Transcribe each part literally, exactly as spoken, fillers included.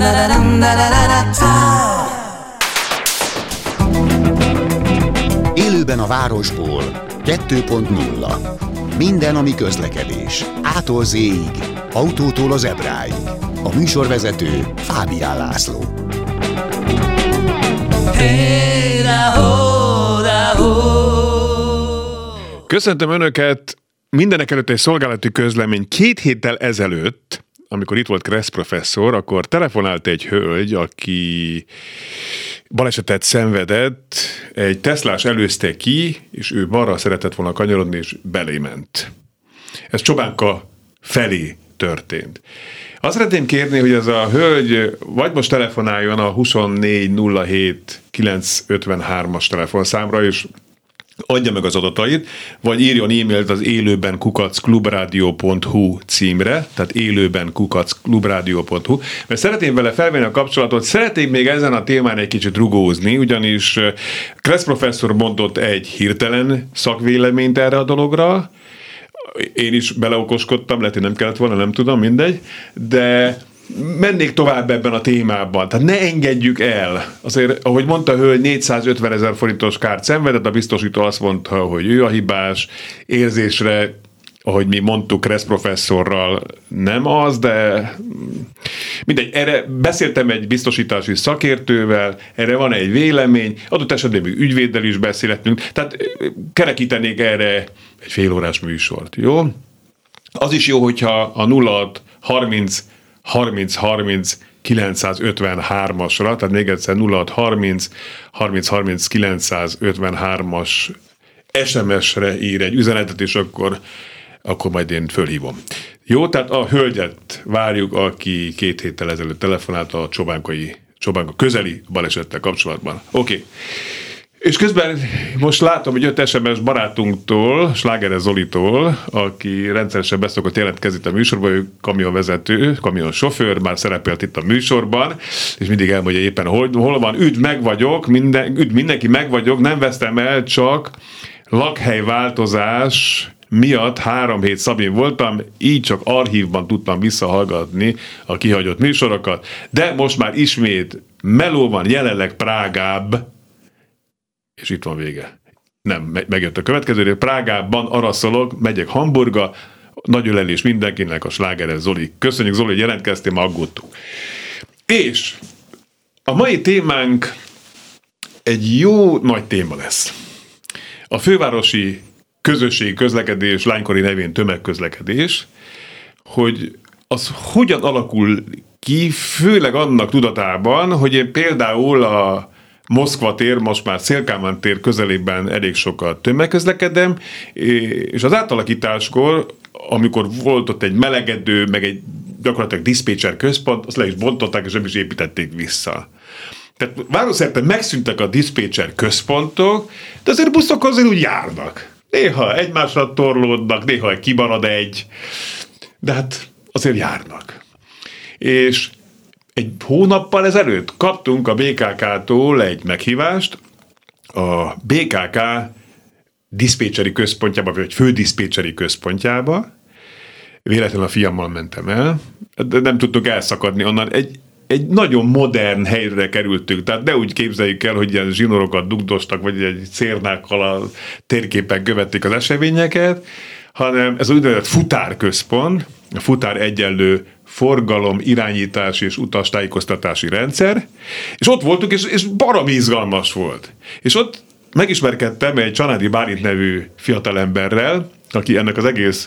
Élőben a városból kettő pont nulla. Minden, ami közlekedés. Ától zéig, autótól az ebráig. A műsorvezető Fábián László. Köszöntöm Önöket! Mindenek előtt egy szolgálati közlemény. Két héttel ezelőtt, amikor itt volt Kressz professzor, akkor telefonált egy hölgy, aki balesetet szenvedett, egy Teslás előzte ki, és ő balra szeretett volna kanyarodni, és belé ment. Ez Csobánka felé történt. Azt szeretném kérni, hogy ez a hölgy vagy most telefonáljon a huszonnégy nulla hét kilencszázötvenhármas telefonszámra, és adja meg az adatait, vagy írjon e-mailt az élőben kukac klubrádió pont hu címre, tehát élőben kukac klubrádió pont hu, mert szeretném vele felvenni a kapcsolatot, szeretném még ezen a témán egy kicsit rugózni, ugyanis Kressz professzor mondott egy hirtelen szakvéleményt erre a dologra, én is beleokoskodtam, lehet, hogy nem kellett volna, nem tudom, mindegy, de mennék tovább ebben a témában. Tehát ne engedjük el. Azért, ahogy mondta a hölgy, négyszázötven ezer forintos kárt szenvedett, a biztosító azt mondta, hogy ő a hibás, érzésre, ahogy mi mondtuk Kressz professzorral, nem az, de mindegy, erre beszéltem egy biztosítási szakértővel, erre van egy vélemény, adott esetben még ügyvéddel is beszélhetünk, tehát kerekítenék erre egy félórás műsort, jó? Az is jó, hogyha a nulla hat harminc harminc harminc kilencszázötvenhármasra, tehát még egyszer nulla hat harminc harminc harminc kilencszázötvenhármas es em es-re ír egy üzenetet, és akkor, akkor majd én fölhívom. Jó, tehát a hölgyet várjuk, aki két héttel ezelőtt telefonált a Csobánkai, Csobánka közeli balesettel kapcsolatban. Oké. Okay. És közben most látom, hogy jött es em es barátunktól, Slágeres Zolitól, aki rendszeresen beszokott jelentkezni a műsorban, ő kamionvezető, kamionsofőr, már szerepelt itt a műsorban, és mindig elmondja éppen, hol, hol van, üdv, meg vagyok, minden, üdv, mindenki meg vagyok, nem vesztem el, csak lakhelyváltozás miatt három hét Szabin voltam, így csak archívban tudtam visszahallgatni a kihagyott műsorokat, de most már ismét meló van, jelenleg Prágább, és itt van vége. Nem, megjött a következő, Prágában araszolok, megyek Hamburgba, nagy ölelés mindenkinek, a Slágeres Zoli. Köszönjük, Zoli, hogy jelentkeztél, ma aggódtunk. És a mai témánk egy jó nagy téma lesz. A fővárosi közösségi közlekedés, lánykori nevén tömegközlekedés, hogy az hogyan alakul ki, főleg annak tudatában, hogy én például a Moszkva tér, most már Széll-Kálmán tér közelében elég sokat tömegközlekedem, és az átalakításkor, amikor volt ott egy melegedő, meg egy gyakorlatilag diszpécser központ, azt le is bontották, és nem is építették vissza. Tehát városszerte megszűntek a diszpécser központok, de azért buszok azért úgy járnak. Néha egymásra torlódnak, néha kimarad egy, de hát azért járnak. És egy hónappal ezelőtt kaptunk a bé ká ká-tól egy meghívást a bé ká ká diszpécseri központjába, vagy fődiszpécseri központjába. Véletlenül a fiammal mentem el, de nem tudtuk elszakadni onnan. Egy, egy nagyon modern helyre kerültünk, tehát ne úgy képzeljük el, hogy ilyen zsinorokat dugdostak, vagy egy cérnákkal a térképen követték az eseményeket, hanem ez úgynevezett futárközpont, a futár egyenlő forgalom, irányítás és utastájékoztatási rendszer, és ott voltunk, és, és baromi izgalmas volt. És ott megismerkedtem egy Csanádi Bálint nevű fiatalemberrel, aki ennek az egész,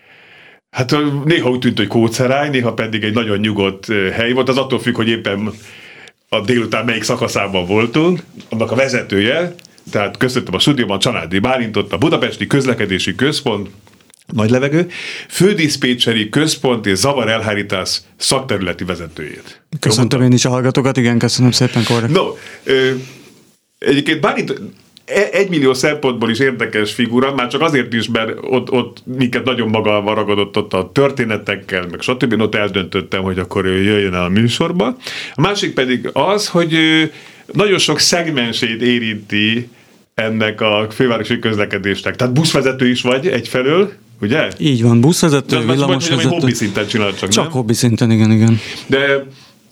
hát néha úgy tűnt, hogy kóceráj, néha pedig egy nagyon nyugodt hely volt, az attól függ, hogy éppen a délután melyik szakaszában voltunk, annak a vezetője, tehát köszöntöm a stúdióban Csanádi Bálintot, a Budapesti Közlekedési Központ, nagy levegő, fődiszpécseri központ és zavarelhárítás szakterületi vezetőjét. Köszöntöm én is a hallgatókat, igen, köszönöm szépen, korrekt. No, ö, egyébként Bálint egymillió szempontból is érdekes figura, már csak azért is, mert ott, ott minket nagyon maga ragadott ott a történetekkel, meg stb. Én ott eldöntöttem, hogy akkor ő jöjjön el a műsorba. A másik pedig az, hogy nagyon sok szegmensét érinti ennek a fővárosi közlekedésnek. Tehát buszvezető is vagy egyfelől, ugye? Így van, buszvezető, villamosvezető. Hobbi szinten csinálod csak, Csak nem? hobbi szinten, igen, igen. De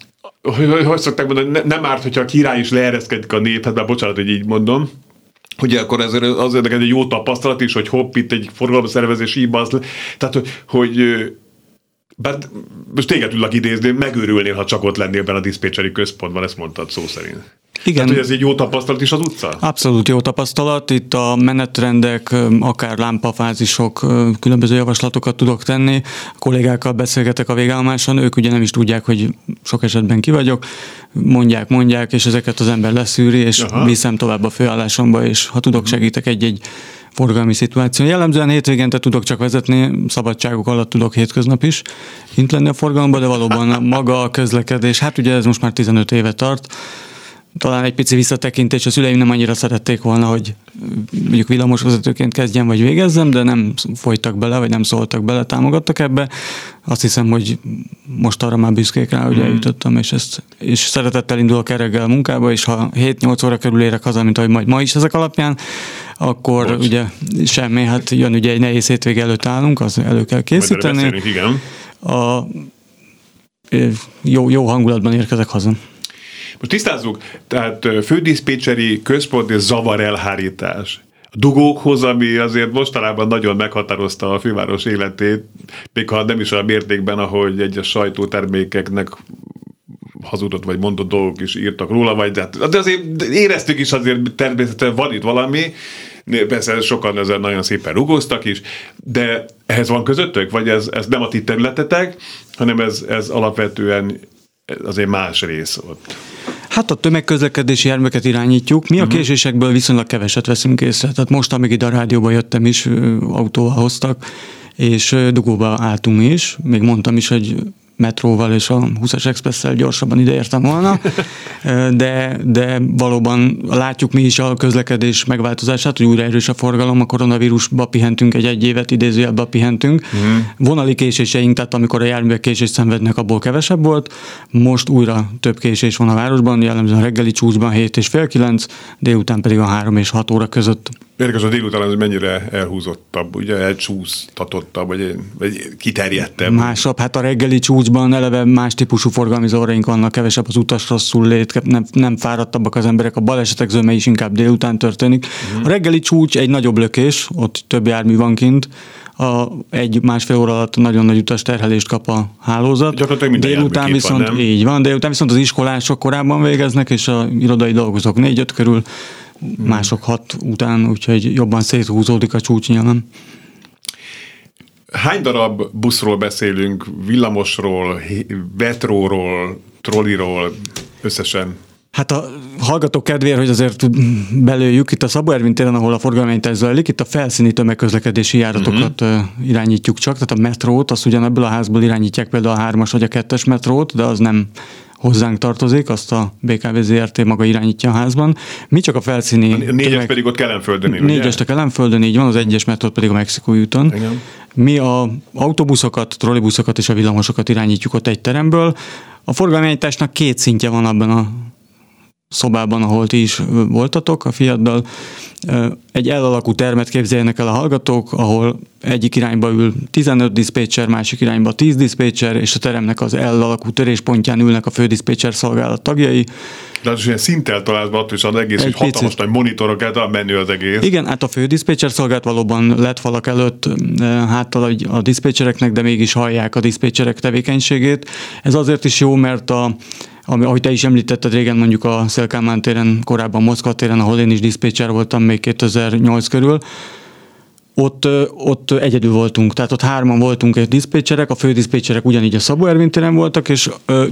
hogy, hogy szokták mondani, ne, nem árt, hogyha a király is leereszkedik a néphez, mert bocsánat, hogy így mondom, ugye akkor ezért azért egy jó tapasztalat is, hogy hopp, itt egy forgalomszervezés hiba, az, tehát, hogy, hogy bár most téged tudlak idézni, megőrülnél, ha csak ott lennél benne a diszpécseri központban, ezt mondtad szó szerint. Igen. Tehát, hogy ez egy jó tapasztalat is az utca? Abszolút jó tapasztalat. Itt a menetrendek, akár lámpafázisok, különböző javaslatokat tudok tenni. A kollégákkal beszélgetek a végállomáson, ők ugye nem is tudják, hogy sok esetben ki vagyok. Mondják, mondják, és ezeket az ember leszűri, és Aha. viszem tovább a főállásomba, és ha tudok, segítek egy-egy forgalmi szituáció. Jellemzően hétvégente tudok csak vezetni, szabadságok alatt tudok hétköznap is kint lenni a forgalomban, de valóban maga a közlekedés, hát ugye ez most már tizenöt éve tart. Talán egy pici visszatekintés, a szüleim nem annyira szerették volna, hogy mondjuk villamosvezetőként kezdjem vagy végezzem, de nem folytak bele, vagy nem szóltak bele, támogattak ebbe. Azt hiszem, hogy most arra már büszkék rá, hogy eljutottam, és, ezt, és szeretettel indulok el reggel munkába, és ha hét-nyolc óra körül érek haza, mint ahogy majd ma is ezek alapján, akkor Bocs. ugye semmi, hát jön ugye egy nehéz hétvége előtt állunk, az elő kell készíteni. Majd erre beszélünk, igen. A, jó, jó hangulatban érkezek haza. Most tisztázzuk, tehát fődiszpécseri központ és zavarelhárítás. A dugókhoz, ami azért mostanában nagyon meghatározta a főváros életét, még ha nem is olyan mértékben, ahogy egyes sajtótermékeknek hazudott vagy mondott dolgok is írtak róla, vagy de, de azért éreztük is, azért természetesen van itt valami, persze sokan ezen nagyon szépen rugóztak is, de ehhez van közöttök? Vagy ez, ez nem a ti területetek, hanem ez, ez alapvetően azért más rész ott? Hát a tömegközlekedési járműveket irányítjuk. Mi a késésekből viszonylag keveset veszünk észre. Tehát most, amíg ide a rádióba jöttem is, autóval hoztak, és dugóba álltunk mi is. Még mondtam is, hogy metróval és a húszas expresszel gyorsabban ideértem volna, de, de valóban látjuk mi is a közlekedés megváltozását, hogy újra erős a forgalom, a koronavírusba pihentünk, egy egy évet idézőjelbe pihentünk. Mm. Vonali késéseink, tehát amikor a járművek késést szenvednek, abból kevesebb volt. Most újra több késés van a városban, jellemzően a reggeli csúcsban hét és fél kilenc, délután pedig a három és hat óra között. Érdekes, a délután ez mennyire elhúzottabb, ugye elcsúsztatottabb, vagy, vagy kiterjedtebb? Másabb, hát a reggeli csúcsban eleve más típusú forgalmi zavaraink vannak, kevesebb az utas rosszul lét, nem, nem fáradtabbak az emberek, a balesetek zöme is inkább délután történik. Uh-huh. A reggeli csúcs egy nagyobb lökés, ott több jármű van kint, a egy-másfél óra alatt nagyon nagy utas terhelést kap a hálózat. Délután viszont, van, így van, délután viszont az iskolások korábban végeznek, és a irodai dolgozók négy-öt körül, mások hat után, úgyhogy jobban széthúzódik a csúcs nyilván. Hány darab buszról beszélünk, villamosról, metróról, trolliról összesen? Hát a hallgatók kedvéért, hogy azért belőjük, itt a Szabó Ervin téren, ahol a forgalományítás zajlik, itt a felszíni tömegközlekedési járatokat uh-huh. irányítjuk csak, tehát a metrót, azt ugyanebből a házból irányítják például a hármas vagy a kettes metrót, de az nem hozzánk tartozik, azt a bé ká vé zé er té maga irányítja a házban. Mi csak a felszíni... A négyes tömeg... pedig ott Kelenföldön, ugye? Négyes a Kelenföldön, így van, az egyes metrót pedig a Mexikói úton. Igen. Mi a autóbuszokat, trollibuszokat és a villamosokat irányítjuk ott egy teremből. A forgalományításnak két szintje van abban a szobában, ahol ti is voltatok a Fiatdal. Egy L-alakú termet képzeljenek el a hallgatók, ahol egyik irányba ül tizenöt diszpécser, másik irányba tíz diszpécser, és a teremnek az L-alakú töréspontján ülnek a fődiszpécser szolgálat tagjai. De az ilyen szinttel találva attól is az egész, hogy hatalmas nagy monitorok által menő az egész. Igen, hát a fődiszpécser szolgálat valóban lett falak előtt háttal a diszpécsereknek, de mégis hallják a diszpécserek tevékenységét. Ez azért is jó, mert a Ami, ahogy te is említetted régen, mondjuk a Széll-Kálmán téren, korábban Moszkva téren, ahol én is diszpécser voltam még kétezer-nyolc körül, ott, ott egyedül voltunk, tehát ott hárman voltunk diszpécserek, a fődiszpécserek ugyanígy a Szabó Ervin téren voltak, és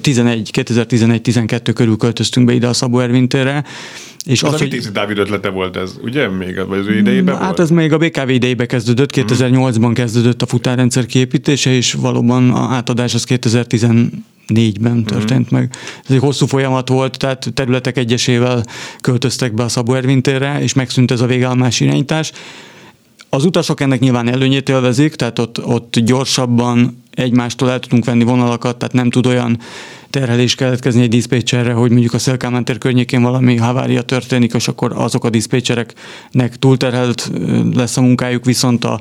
kétezer-tizenegy-tizenkettő körül költöztünk be ide a Szabó Ervin térre. És az, az a Vitézi Dávid ötlete volt ez, ugye? Még vagy az ő idejében Hát volt? ez még a bé ká vé idejében kezdődött, kétezer-nyolcban kezdődött a futárrendszer kiépítése, és valóban a átadás az kétezer-tizennégyben történt mm. meg. Ez egy hosszú folyamat volt, tehát területek egyesével költöztek be a Szabó Ervin térre, és megszűnt ez a végállomás irányítás. Az utasok ennek nyilván előnyét élvezik, tehát ott, ott gyorsabban egymástól el tudunk venni vonalakat, tehát nem tud olyan terhelés keletkezni egy diszpécserre, hogy mondjuk a Széll-Kálmán tér környékén valami havária történik, és akkor azok a diszpécsereknek túlterhelt lesz a munkájuk, viszont a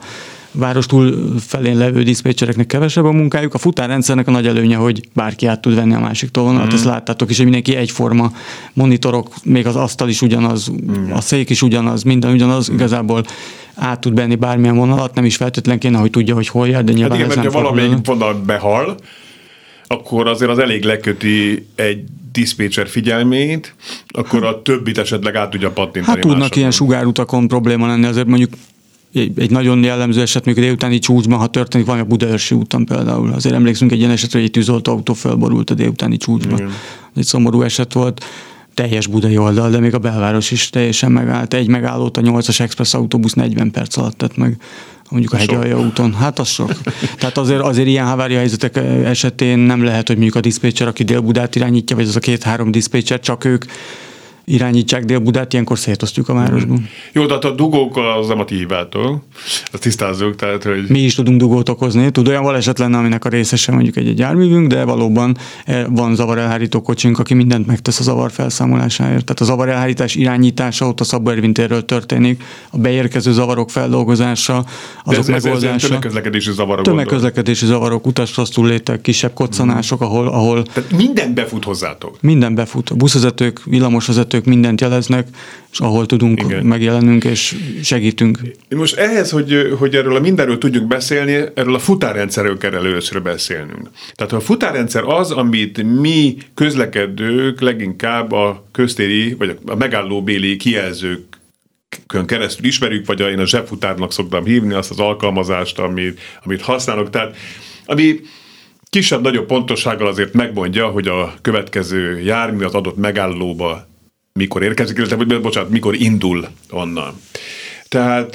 város túl felén levő diszpécsereknek kevesebb a munkájuk. A futárrendszernek a nagy előnye, hogy bárki át tud venni a másiktól vonalat. Mm. Ezt láttátok is, hogy mindenki egyforma monitorok, még az asztal is ugyanaz, mm. a szék is ugyanaz, minden ugyanaz, mm. igazából át tud venni bármilyen vonalat, nem is feltétlenül kéne, hogy tudja, hogy hol jár, de nyilván hát igen, ez nem fordul. Valamelyik vonal behal, akkor azért az elég leköti egy diszpécser figyelmét, akkor a többit esetleg át tudja pattintani. Hát tudnak másodban. Ilyen sugárutakon probléma lenni, azért mondjuk egy, egy nagyon jellemző eset, mondjuk délutáni csúcsban, ha történik valami a Budaörsi úton például. Azért emlékszünk egy ilyen esetre, hogy egy tűzoltóautó fölborult a délutáni csúcsban. Igen. Egy szomorú eset volt, teljes budai oldal, de még a belváros is teljesen megállt. Egy megállót a nyolcas express autóbusz negyven perc alatt tett meg. Mondjuk a Hegyalja úton. Hát az sok. Tehát azért, azért ilyen havária helyzetek esetén nem lehet, hogy mondjuk a diszpécser, aki Dél-Budát irányítja, vagy az a két-három diszpécser, csak ők irányítsák Dél-Budát, ilyenkor szétosztjuk a városban. Jó, tehát a dugók az nem a ti hibától. Azt tisztázzuk, tehát, hogy... Mi is tudunk dugót okozni. Tud olyan baleset lenne, aminek a részese mondjuk egy járművünk, de valóban van zavarelhárító kocsink, aki mindent megtesz a zavar felszámolásáért. Tehát a zavarelhárítás irányítása ott a Szabó Ervin térről történik, a beérkező zavarok feldolgozása, azok ez, megoldása. Ez tömegközlekedési zavarok. Tömegközlekedési zavarok, utasrosszullétek, kisebb koccanások, ahol, ahol... Tehát minden befut hozzátok. Minden befut. A buszvezetők, villamosvezetők mindent jeleznek, és ahol tudunk, igen, megjelenünk, és segítünk. Most ehhez, hogy, hogy erről a mindenről tudjunk beszélni, erről a futárrendszerről kell először beszélnünk. Tehát a futárrendszer az, amit mi közlekedők leginkább a köztéri, vagy a megállóbéli kijelzőkön keresztül ismerjük, vagy én a zsebfutárnak szoktam hívni azt az alkalmazást, amit, amit használok. Tehát ami kisebb-nagyobb pontossággal azért megmondja, hogy a következő jármű az adott megállóba mikor érkezik, illetve, bocsánat, mikor indul onnan. Tehát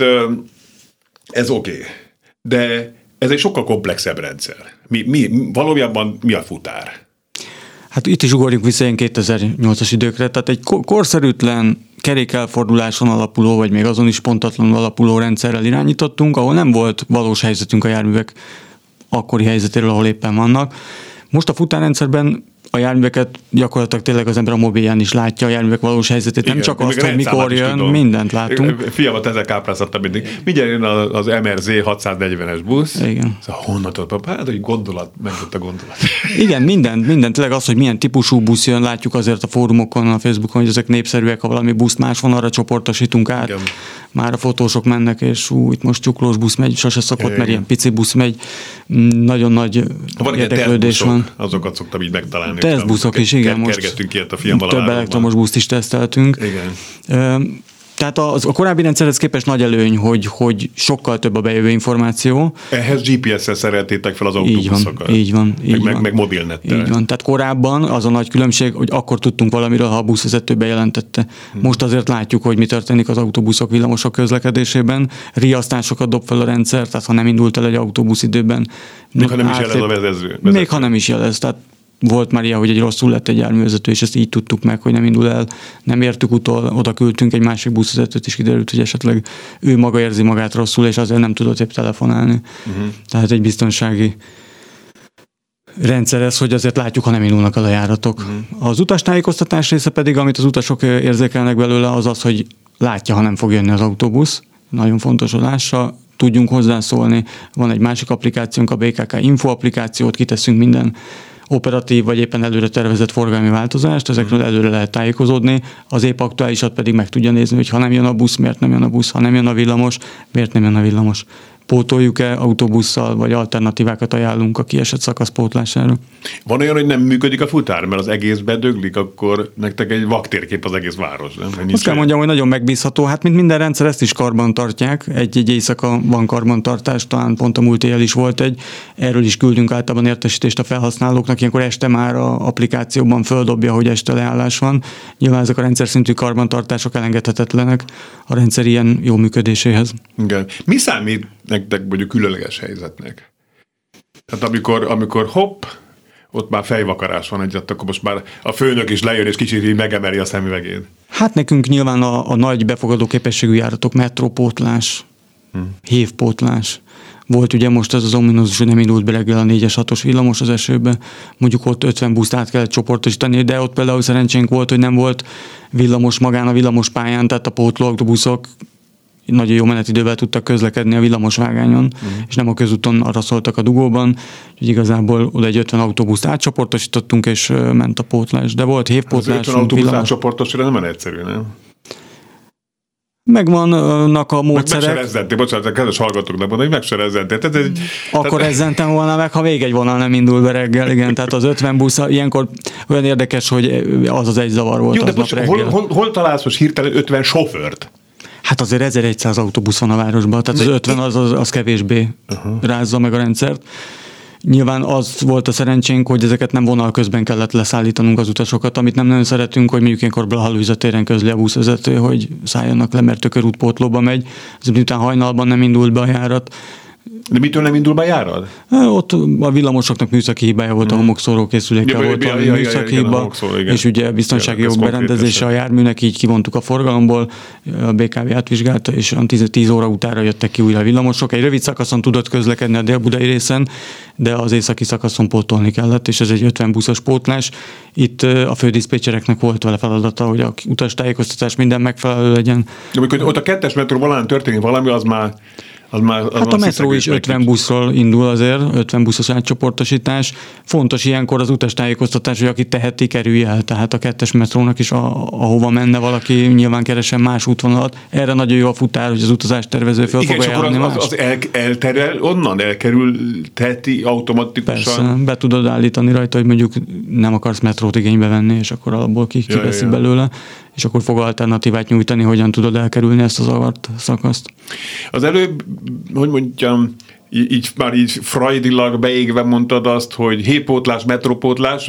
ez oké. Okay. De ez egy sokkal komplexebb rendszer. Mi, mi, valójában mi a futár? Hát itt is ugorjunk vissza ilyen kétezer-nyolcas időkre, tehát egy korszerűtlen kerékelforduláson alapuló, vagy még azon is pontatlanul alapuló rendszerrel irányítottunk, ahol nem volt valós helyzetünk a járművek akkori helyzetéről, ahol éppen vannak. Most a futárrendszerben a járműveket gyakorlatilag tényleg az ember a mobilján is látja a járművek valós helyzetét, igen, nem csak azt, hogy mikor jön, tudom. Mindent látunk. Fiamat ezzel kápráztattam mindig. Mindjárt jön az em er zé hatszáznegyvenes busz. Igen. Szóval honnan tudod? Hát, hogy gondolat, megjött a gondolat. Igen, minden, minden. Tényleg az, hogy milyen típusú busz jön, látjuk azért a fórumokon, a Facebookon, hogy ezek népszerűek, ha valami buszt más vonalra csoportosítunk át. Igen. Már a fotósok mennek, és ú, itt most csuklós busz megy, sose szokott, igen, mert ilyen pici busz megy. Nagyon nagy van érdeklődés van. Azokat szoktam így megtalálni. Tesztbuszok is, igen, most ilyet a fiammal több elektromos buszt is teszteltünk. Igen. Tehát az, a korábbi rendszerhez képest nagy előny, hogy, hogy sokkal több a bejövő információ. Ehhez gé pé es-szel szereltétek fel az autóbuszokat. Így van, így meg, van. Meg, meg mobilnettel. Így van. Tehát korábban az a nagy különbség, hogy akkor tudtunk valamiről, ha a buszvezető bejelentette. Hmm. Most azért látjuk, hogy mi történik az autóbuszok, villamosok közlekedésében. Riasztásokat dob fel a rendszer, tehát ha nem indult el egy autóbusz időben. Még ha nem is jelez a vezető. Még ha nem is jelez, tehát volt már ilyen, hogy egy rosszul lett egy járművezető, és ezt így tudtuk meg, hogy nem indul el, nem értük utol, oda küldtünk egy másik buszvezetőt, és kiderült, hogy esetleg ő maga érzi magát rosszul, és azért nem tudott épp telefonálni. Uh-huh. Tehát egy biztonsági rendszer ez, hogy azért látjuk, ha nem indulnak el a járatok. Uh-huh. Az utastájékoztatás része pedig, amit az utasok érzékelnek belőle, az az, hogy látja, ha nem fog jönni az autóbusz. Nagyon fontos, hogy lássa, tudjunk hozzászólni. Van egy másik applikációnk, a bé ká ká Info applikációt, kiteszünk minden operatív vagy éppen előre tervezett forgalmi változást, ezekről előre lehet tájékozódni, az épp aktuálisat pedig meg tudja nézni, hogy ha nem jön a busz, miért nem jön a busz, ha nem jön a villamos, miért nem jön a villamos. Pótoljuk-e autóbusszal, vagy alternatívákat ajánlunk a kiesett szakasz pótlására? Van olyan, hogy nem működik a futár, mert az egész bedöglik, akkor nektek egy vaktérkép az egész város, nem? Ennyi Azt kell mondjam, hogy nagyon megbízható. Hát mint minden rendszer, ezt is karban tartják. Egy-egy éjszaka van karbantartás, talán pont a múlt éjjel is volt egy. Erről is küldünk általában értesítést a felhasználóknak. Ilyenkor este már a applikációban földobja, hogy este leállás van. Nyilván ezek a rendszer szintű karbantartások elengedhetetlenek a rendszer ilyen jó működéséhez. Igen. Mi számít nektek mondjuk különleges helyzetnek? Tehát amikor, amikor hopp, ott már fejvakarás van egyet, akkor most már a főnök is lejön, és kicsit így megemeli a szemüvegét. Hát nekünk nyilván a, a nagy befogadó képességű járatok, metrópótlás, hmm. hévpótlás. Volt ugye most ez az ominózus, hogy nem indult be reggel a négyes hatos villamos az esőbe, mondjuk ott ötven buszt át kellett csoportosítani, de ott például szerencsénk volt, hogy nem volt villamos magán a villamos pályán, tehát a pótlóautóbuszok nagyon jó menetidővel tudtak közlekedni a villamosvágányon, mm. és nem a közúton arra szóltak a dugóban, úgyhogy igazából oda egy ötven autóbuszt átcsoportosítottunk, és ment a pótlás. De volt hévpótlásunk. Az ötven autóbusz átcsoportosítani nem olyan egyszerű, nem? Megvannak a módszerek. Meg, meg se rezzentél, bocsánat, a kedves hallgatóknak mondani, hogy meg se rezzentél. Tehát egy, Akkor tehát... rezzentem volna meg, ha még egy vonal nem indul be reggel, igen, tehát az ötven busz, ilyenkor olyan érdekes, hogy az az egy zavar volt. Jó, de most hol, hol, hol találsz most hirtelen ötven sofőrt? Hát azért ezerszáz autóbusz van a városban, tehát az ötven az, az, az kevésbé uh-huh. rázza meg a rendszert. Nyilván az volt a szerencsénk, hogy ezeket nem vonal közben kellett leszállítanunk az utasokat, amit nem nagyon szeretünk, hogy mondjuk ilyenkor Blaha téren közli a buszvezető, hogy szálljanak le, mert tökörútpótlóba megy. Ez miután hajnalban nem indult be a járat. De mitől nem indul be a járat? Ott a villamosoknak műszaki hibája volt, hmm. a homokszórókészülékkel ja, volt a ja, műszaki hiba, ja, ja, és ugye biztonsági ja, jogberendezése a járműnek, így kivontuk a forgalomból, a bé ká vé átvizsgálta, és tíz óra utára jöttek ki újra a villamosok. Egy rövid szakaszon tudott közlekedni a dél-budai részen, de az északi szakaszon pótolni kellett, és ez egy ötven buszos pótlás. Itt a fődiszpécsereknek volt vele feladata, hogy a utastájékoztatás minden megfelelő legyen. De amikor ott a kettes metró valami történik valami, az már Az már, az hát a metró is ötven buszról indul azért, ötven buszos átcsoportosítás. Fontos ilyenkor az utastájékoztatás, hogy aki teheti, kerülj el. Tehát a kettes metrónak is, a, ahova menne valaki, nyilván keresen más útvonalat. Erre nagyon jó a futár, hogy az utazástervező fel fog ajánlani más. Az, az el, elterel, onnan elkerül, teheti automatikusan. Persze, be tudod állítani rajta, hogy mondjuk nem akarsz metrót igénybe venni, és akkor abból ki, ja, kiveszi ja, ja. belőle, és akkor fog alternatívát nyújtani, hogyan tudod elkerülni ezt az zavart szakaszt. Az előbb, hogy mondjam, így már így freudilag beégve mondtad azt, hogy hétpótlás, metrópótlás.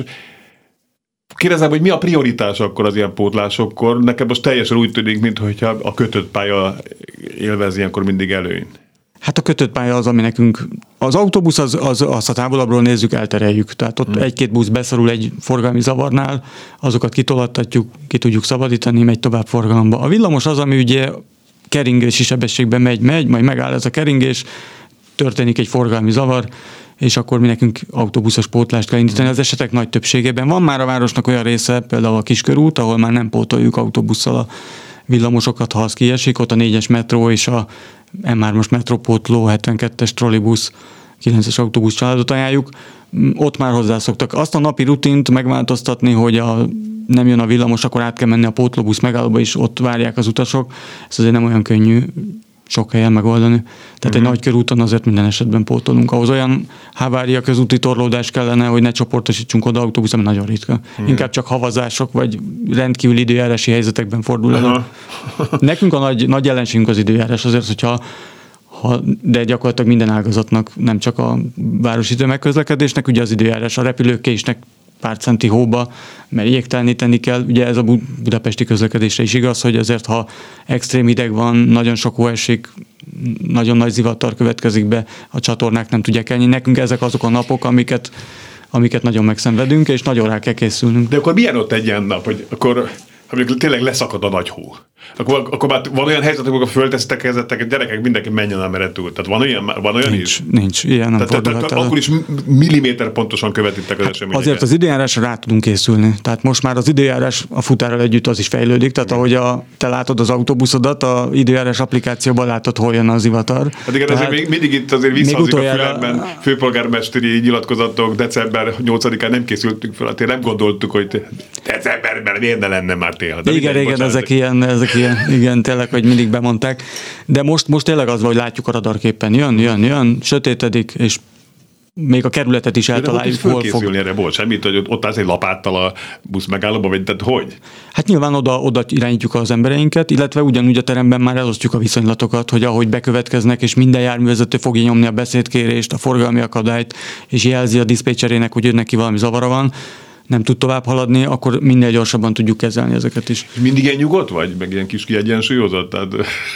Kérdezem, hogy mi a prioritás akkor az ilyen pótlásokkor? Nekem most teljesen úgy tűnik, mintha a kötött pálya élvez ilyenkor mindig előnyt. Hát a kötött pálya az, ami nekünk... Az autóbusz, az, az, azt a távolabbról nézzük, eltereljük. Tehát ott hmm. egy-két busz beszorul egy forgalmi zavarnál, azokat kitolattatjuk, ki tudjuk szabadítani, megy tovább forgalomba. A villamos az, ami ugye keringési sebességben megy, megy, majd megáll ez a keringés, történik egy forgalmi zavar, és akkor mi nekünk autóbuszos pótlást kell indítani. Az esetek nagy többségében van már a városnak olyan része, például a Kiskörút, ahol már nem pótoljuk autóbusszal a villamosokat, ha az kiesik, ott a négyes metró és a em hármas metrópótló, hetvenkettes trollibusz, kilences autóbusz családot ajánljuk. Ott már hozzászoktak. Azt a napi rutint megváltoztatni, hogy a, nem jön a villamos, akkor át kell menni a pótlóbusz megállóba, és ott várják az utasok. Ez azért nem olyan könnyű sok helyen megoldani. Tehát uh-huh. egy nagy körúton azért minden esetben pótolunk. Ahhoz olyan havária közúti torlódás kellene, hogy ne csoportosítsunk oda autóbusz, ami nagyon ritka. Uh-huh. Inkább csak havazások, vagy rendkívül időjárási helyzetekben fordul elő. Uh-huh. Nekünk a nagy, nagy ellenségünk az időjárás, azért, hogyha ha, de gyakorlatilag minden ágazatnak, nem csak a városi tömegközlekedésnek, ugye az időjárás, a repülőkésnek pár centi hóba, mert jégteleníteni kell. Ugye ez a budapesti közlekedésre is igaz, hogy azért, ha extrém hideg van, nagyon sok hó esik, nagyon nagy zivatar következik be, a csatornák nem tudják elnyni. Nekünk ezek azok a napok, amiket, amiket nagyon megszenvedünk, és nagyon rá kell készülnünk. De akkor milyen ott egy ilyen nap, hogy akkor amikor tényleg leszakad a nagy hó? Akkor, akkor már van olyan helyzet, amikor föltesztek helyzetek, gyerekek, mindenki menjen a meret túl. Tehát van olyan, van olyan nincs, is? Nincs, ilyen nem tehát, tehát akkor is milliméter pontosan követitek az hát eseményeket. Azért az időjárásra rá tudunk készülni. Tehát most már az időjárás a futárral együtt az is fejlődik. Tehát ahogy a, te látod az autóbuszodat, a időjárás applikációban látod, hol jön az zivatar. Hát igen, tehát, azért még mindig itt azért visszahozik utoljára... a fülemben főpolgármesteri nyilatkozatok, december nyolcadikán nem készültünk fel, hát nem gondoltuk, hogy decemberben miért ne lenne már tél. De igen, igen, ezek ilyen, ezek ilyen, igen, tényleg, hogy mindig bemondták. De most, most tényleg az van, hogy látjuk a radarképpen. Jön, jön, jön, sötétedik, és még a kerületet is eltaláljuk, hol fog. Erre volt semmit, hogy ott állsz egy lapáttal a busz megállóba, vagy tehát hogy? Hát nyilván oda, oda irányítjuk az embereinket, illetve ugyanúgy a teremben már elosztjuk a viszonylatokat, hogy ahogy bekövetkeznek, és minden járművezető fogja nyomni a beszédkérést, a forgalmi akadályt, és jelzi a diszpécserének, hogy ő neki valami zavara van, nem tud tovább haladni, akkor minél gyorsabban tudjuk kezelni ezeket is. Mindig ilyen nyugodt vagy? Meg ilyen kis kiegyensúlyozott? Tehát...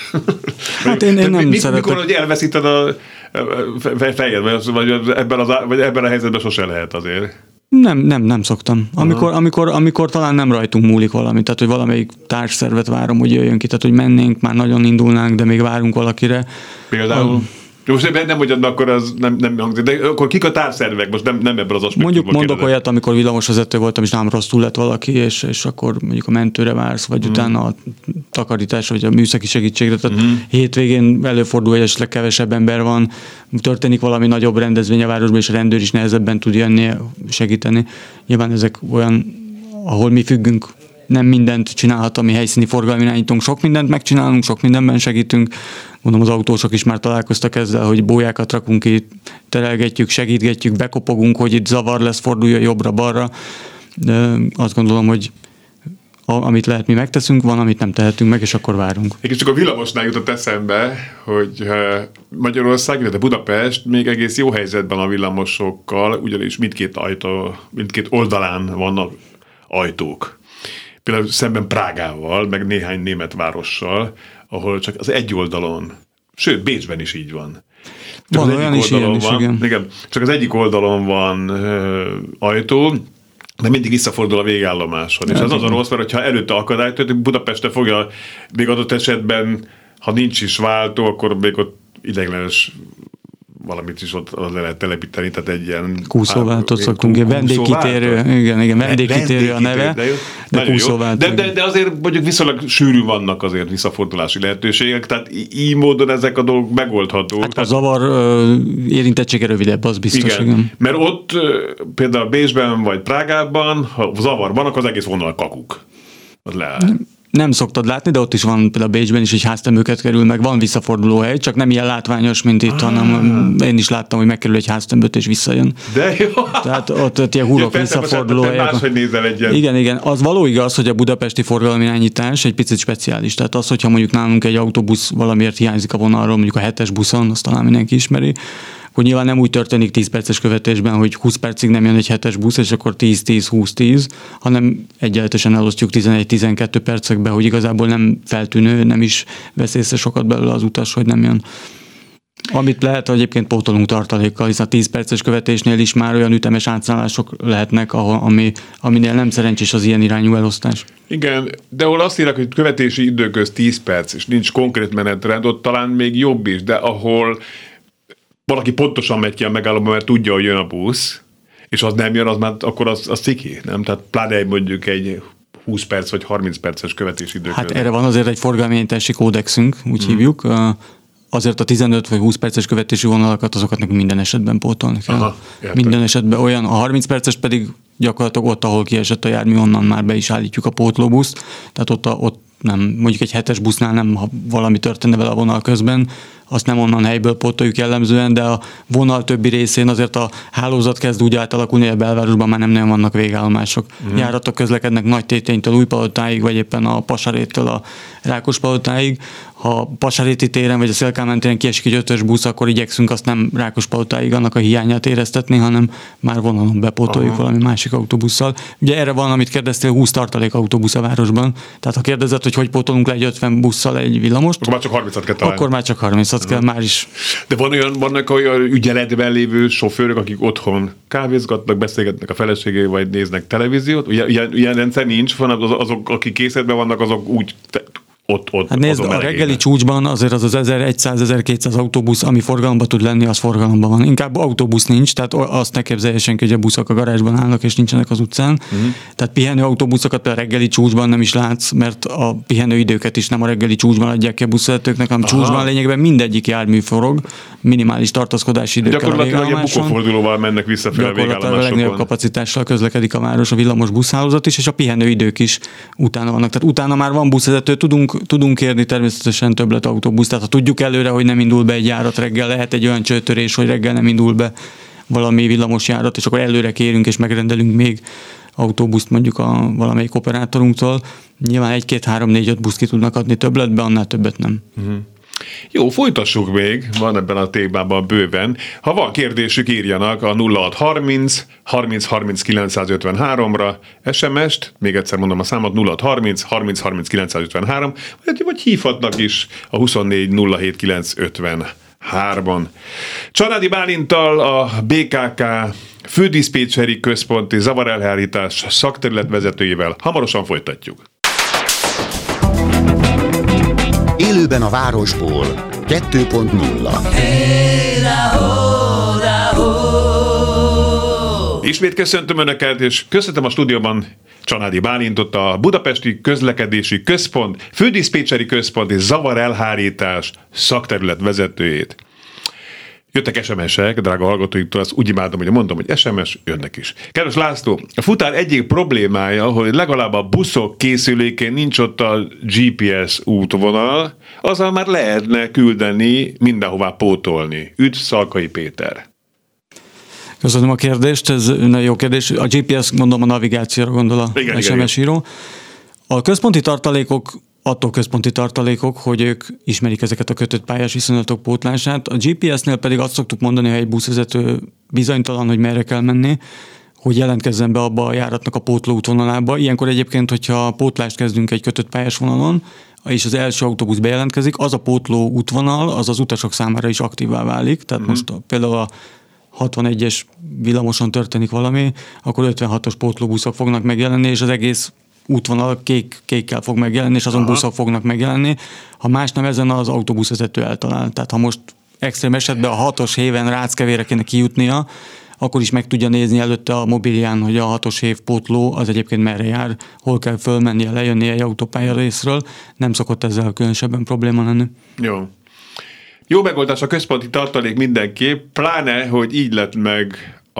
Hát én, én nem mi, szeretek. Mikor, hogy elveszíted a fejed, vagy ebben, az, vagy ebben a helyzetben sose lehet azért? Nem, nem, nem szoktam. Amikor, amikor, amikor talán nem rajtunk múlik valami, tehát hogy valamelyik társszervet várom, hogy jöjjön ki, tehát hogy mennénk, már nagyon indulnánk, de még várunk valakire. Például? Most nem mondjad, akkor az nem, nem hangzik, de akkor kik a társzervek? Most nem, nem ebből az aspektusból. Mondjuk mondok kérdezem. olyat, amikor villamosvezető voltam, és nem rosszul lett valaki, és, és akkor mondjuk a mentőre vársz, vagy mm. utána a takarítás, vagy a műszaki segítségre. Tehát mm. hétvégén előfordul, hogy esetleg kevesebb ember van, történik valami nagyobb rendezvény a városban, és a rendőr is nehezebben tud jönni, segíteni. Nyilván ezek olyan, ahol mi függünk, nem mindent csinálhat, ami helyszíni forgalmi irányítunk. Sok mindent megcsinálunk, sok mindenben segítünk. Mondom, az autósok is már találkoztak ezzel, hogy bójákat rakunk ki, terelgetjük, segítgetjük, bekopogunk, hogy itt zavar lesz, forduljon jobbra-balra. De azt gondolom, hogy amit lehet, mi megteszünk, van, amit nem tehetünk meg, és akkor várunk. Egy csak a villamosnál jutott eszembe, hogy Magyarország, illetve Budapest még egész jó helyzetben a villamosokkal, ugyanis mindkét ajtó, mindkét oldalán vannak ajtók. Például szemben Prágával, meg néhány német várossal, ahol csak az egy oldalon, sőt, Bécsben is így van. Csak van az olyan egyik is, oldalon ilyen van, is, igen. igen. Csak az egyik oldalon van ö, ajtó, de mindig visszafordul a végállomáson. És ez az a rossz, mert hogyha előtte akadályt történik, Budapestre fogja még adott esetben, ha nincs is váltó, akkor még ott ideiglenes valamit is ott le lehet telepíteni, tehát egy ilyen... Kúszóváltót szoktunk, igen, vendégkitérő, igen, igen, vendégkitérő a neve, de, de kúszóváltó. De, de, de azért mondjuk viszonylag sűrű vannak azért visszafordulási lehetőségek, tehát így módon ezek a dolgok megoldhatók. Hát a zavar érintettsége rövidebb, az biztos, igen. igen. Mert ott például Bécsben vagy Prágában, ha zavar van, akkor az egész vonal kakuk. Az leáll. Nem szoktad látni, de ott is van például Bécsben is, hogy háztömböket kerül meg, van visszaforduló hely, csak nem ilyen látványos, mint itt, ah. hanem én is láttam, hogy megkerül egy háztömböt és visszajön. De jó. Tehát ott, ott ilyen hurok visszaforduló helyek. Máshogy nézel egyet. Igen, igen. Az való igaz, hogy a budapesti forgalomirányítás egy picit speciális. Tehát az, hogyha mondjuk nálunk egy autóbusz valamiért hiányzik a vonalról, mondjuk a hetes buszon, azt talán mindenki ismeri, hogy nyilván nem úgy történik tíz perces követésben, hogy húsz percig nem jön egy hetes busz, és akkor tíz tíz húsz tíz, hanem egyenletesen elosztjuk tizenegy-tizenkettő percekbe, hogy igazából nem feltűnő, nem is vesz észre sokat belőle az utas, hogy nem jön. Amit lehet, hogy egyébként pótolunk tartalékkal, hiszen a tíz perces követésnél is már olyan ütemes átszállások lehetnek, ahol, ami, aminél nem szerencsés az ilyen irányú elosztás. Igen, de ahol azt írják, hogy követési időköz tíz perc, és nincs konkrét menetrend, ott talán még jobb is, de ahol valaki pontosan megy ki a megállóba, mert tudja, hogy jön a busz, és az nem jön, az már akkor az, az ciki, nem? Tehát pláne mondjuk egy húsz perc vagy harminc perces követési időköz. Hát erre van azért egy forgalomirányítási kódexünk, úgy hmm. hívjuk. Azért a tizenöt vagy húsz perces követési vonalakat, azokat nekünk minden esetben pótolni kell. Aha, minden esetben olyan, a harminc perces pedig gyakorlatilag ott, ahol kiesett a jármű, onnan már be is állítjuk a pótlóbuszt, tehát ott, a, ott nem, mondjuk egy hetes busznál nem, ha valami történne vele a vonal közben, azt nem onnan helyből pótoljuk jellemzően, de a vonal többi részén azért a hálózat kezd úgy átalakulni, hogy a belvárosban már nem nagyon vannak végállomások. Mm. Járatok közlekednek Nagytéténytől Újpalotáig, vagy éppen a Pasaréttől a Rákospalotáig. Ha a Pasaréti téren vagy a Széll-Kálmán téren kiesik egy ötös busz, akkor igyekszünk azt nem Rákospalotáig annak a hiányát éreztetni, hanem már vonalon bepótoljuk Aha. valami másik autóbusszal. Ugye erre van, amit kérdeztél, húsz tartalék autóbusz a városban. Tehát ha kérdezed, hogy hogy pótolunk le egy ötven busszal egy villamost, akkor már csak harmincat kell találni. Akkor már csak harmincat kell, már is. De van olyan, vannak olyan ügyeletben lévő sofőrök, akik otthon kávézgatnak, beszélgetnek a feleségével, vagy néznek televíziót. Ugye, ilyen, ilyen rendszer nincs, hanem az, azok, akik készletben vannak, azok úgy te, ott, ott. Hát nézd, a reggeli csúcsban azért az az ezerszáz-ezerkétszáz autóbusz, ami forgalomban tud lenni, az forgalomban van. Inkább autóbusz nincs, tehát azt ne képzelje senki, hogy a buszok a garázsban állnak, és nincsenek az utcán. Uh-huh. Tehát pihenő autóbuszokat a reggeli csúcsban nem is látsz, mert a pihenő időket is nem a reggeli csúcsban adják ki a buszvezetőknek, hanem Aha. csúcsban lényegben mindegyik jármű forog, minimális tartózkodási időkkel. Gyakorlatilag egy bukófordulóval mennek visszafelé a végállomásokon. A legnagyobb kapacitással közlekedik a város, a villamos buszhálózat is, és a pihenő idők is utána vannak. Tehát utána már van buszvezető, tudunk tudunk kérni természetesen többlet autóbusz. Tehát ha tudjuk előre, hogy nem indul be egy járat reggel, lehet egy olyan csőtörés, hogy reggel nem indul be valami villamos járat, és akkor előre kérünk és megrendelünk még autóbuszt mondjuk a valamelyik operátorunktól. Nyilván egy, két, három, négy, öt busz ki tudnak adni többletbe, annál többet nem. Uh-huh. Jó, folytassuk még, van ebben a témában bőven. Ha van kérdésük, írjanak a nulla hat harminc harminc harminc kilencszázötvenháromra es em est, még egyszer mondom a számot, nulla hat harminc harminc harminc kilencszázötvenhárom, vagy, vagy hívhatnak is a huszonnégy nulla hét kilencszázötvenhárban. Csanádi Bálinttal, a bé ká ká fődiszpécseri központi zavarelhárítás szakterületvezetőjével hamarosan folytatjuk. Élőben a városból kettő pont nulla. Ismét köszöntöm Önöket, és köszöntöm a stúdióban Csanádi Bálintot, a Budapesti Közlekedési Központ, Fődiszpécseri Központ és Zavarelhárítás szakterület vezetőjét. Jöttek es em es-ek, drága hallgatóiktól, azt úgy imádom, hogy mondom, hogy es em es, jönnek is. Kedves László, a futár egyik problémája, hogy legalább a buszok készülékén nincs ott a gé pé es útvonal, azzal már lehetne küldeni, mindenhová pótolni. Üdv, Szalkai Péter. Köszönöm a kérdést, ez nagyon jó kérdés. A gé pé es, mondom, a navigációra gondol a igen, es em es igen, író. A központi tartalékok attól központi tartalékok, hogy ők ismerik ezeket a kötött pályás viszonylatok pótlását. A gé pé es-nél pedig azt szoktuk mondani, hogy egy buszvezető bizonytalan, hogy merre kell menni, hogy jelentkezzen be abba a járatnak a pótló útvonalába. Ilyenkor egyébként, hogyha pótlást kezdünk egy kötött pályás vonalon, és az első autóbusz bejelentkezik, az a pótló útvonal, az az utasok számára is aktívá válik. Tehát uh-huh. most a, például a hatvanegyes villamoson történik valami, akkor ötvenhatos pótlóbuszok fognak megjelenni, és az egész útvonal kék, kékkel fog megjelenni, és azon Aha. buszok fognak megjelenni. Ha más nem, ezen az autóbuszvezető eltalál. Tehát ha most extrém esetben a hatos héven Ráckevére kéne kijutnia, akkor is meg tudja nézni előtte a mobilján, hogy a hatos hév pótló az egyébként merre jár, hol kell fölmennie, lejönni egy autópálya részről. Nem szokott ezzel különösebben probléma lenni. Jó. Jó megoldás a központi tartalék mindenképp, pláne, hogy így lett meg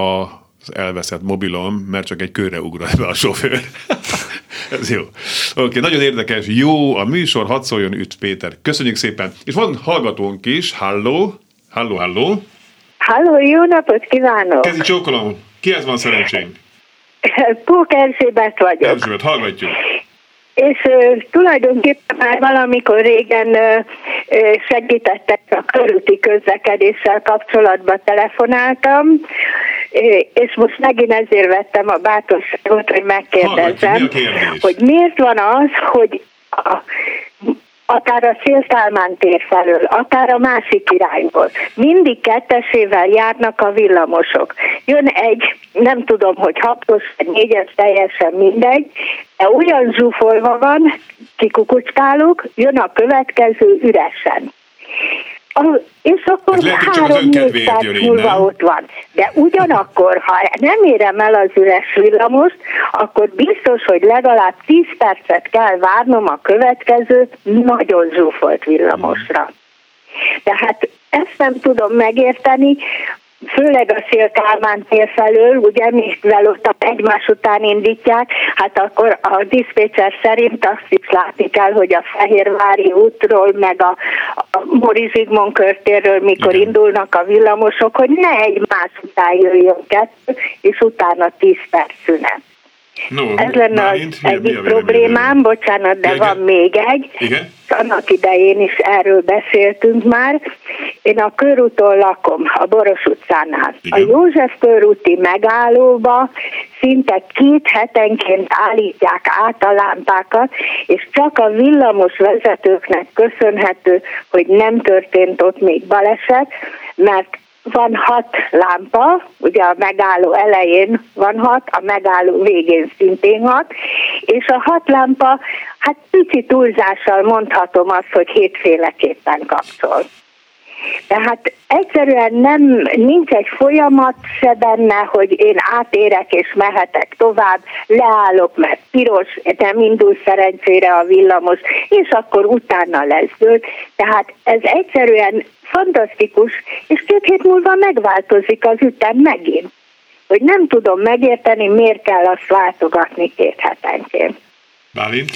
az elveszett mobilom, mert csak egy körre ugrott be a sofőr. Ez jó. Oké, okay, nagyon érdekes, jó a műsor, hadd szóljon, üdv Péter. Köszönjük szépen. És van hallgatónk is, halló, halló, halló. Halló, jó napot kívánok. Kezi csókolom, kihez van szerencsénk? Pók Erzsébet vagyok. Erzsébet, hallgatjuk. És uh, tulajdonképpen már valamikor régen uh, segítettek a körúti közlekedéssel kapcsolatban telefonáltam, uh, és most megint ezért vettem a bátorságot, hogy megkérdezzem, mi hogy miért van az, hogy a, akár a Széll-Kálmán tér felől, akár a másik irányból. Mindig kettesével járnak a villamosok. Jön egy, nem tudom, hogy hatos vagy négyes, teljesen mindegy, de olyan zsúfolva van, kikukucskálok, jön a következő üresen. A, és akkor három-négy perc múlva ott van. De ugyanakkor, ha nem érem el az üres villamost, akkor biztos, hogy legalább tíz percet kell várnom a következő nagyon zsúfolt villamosra. Tehát ezt nem tudom megérteni, főleg a Széll-Kálmán tér felől, ugye, mivel ott egymás után indítják, hát akkor a diszpécser szerint azt is látni kell, hogy a Fehérvári útról, meg a, a Móricz Zsigmond körtérről, mikor Igen. indulnak a villamosok, hogy ne egymás után jöjjön kettő, és utána tíz perc szünet. No, Ez lenne az mi, egyik mi problémám, bocsánat, de Igen. van még egy. Igen? Annak idején is erről beszéltünk már. Én a körúton lakom, a Boros utcánál. Igen. A József körúti megállóba szinte két hetenként állítják át a lámpákat, és csak a villamos vezetőknek köszönhető, hogy nem történt ott még baleset, mert van hat lámpa, ugye a megálló elején van hat, a megálló végén szintén hat, és a hat lámpa, hát pici túlzással mondhatom azt, hogy hétféleképpen kapcsol. Tehát egyszerűen nem, nincs egy folyamat se benne, hogy én átérek és mehetek tovább, leállok, mert piros, nem indul szerencsére a villamos, és akkor utána lesz zöld. Tehát ez egyszerűen fantasztikus, és két hét múlva megváltozik az ütem megint. Hogy nem tudom megérteni, miért kell azt váltogatni két hetenként. Bálint?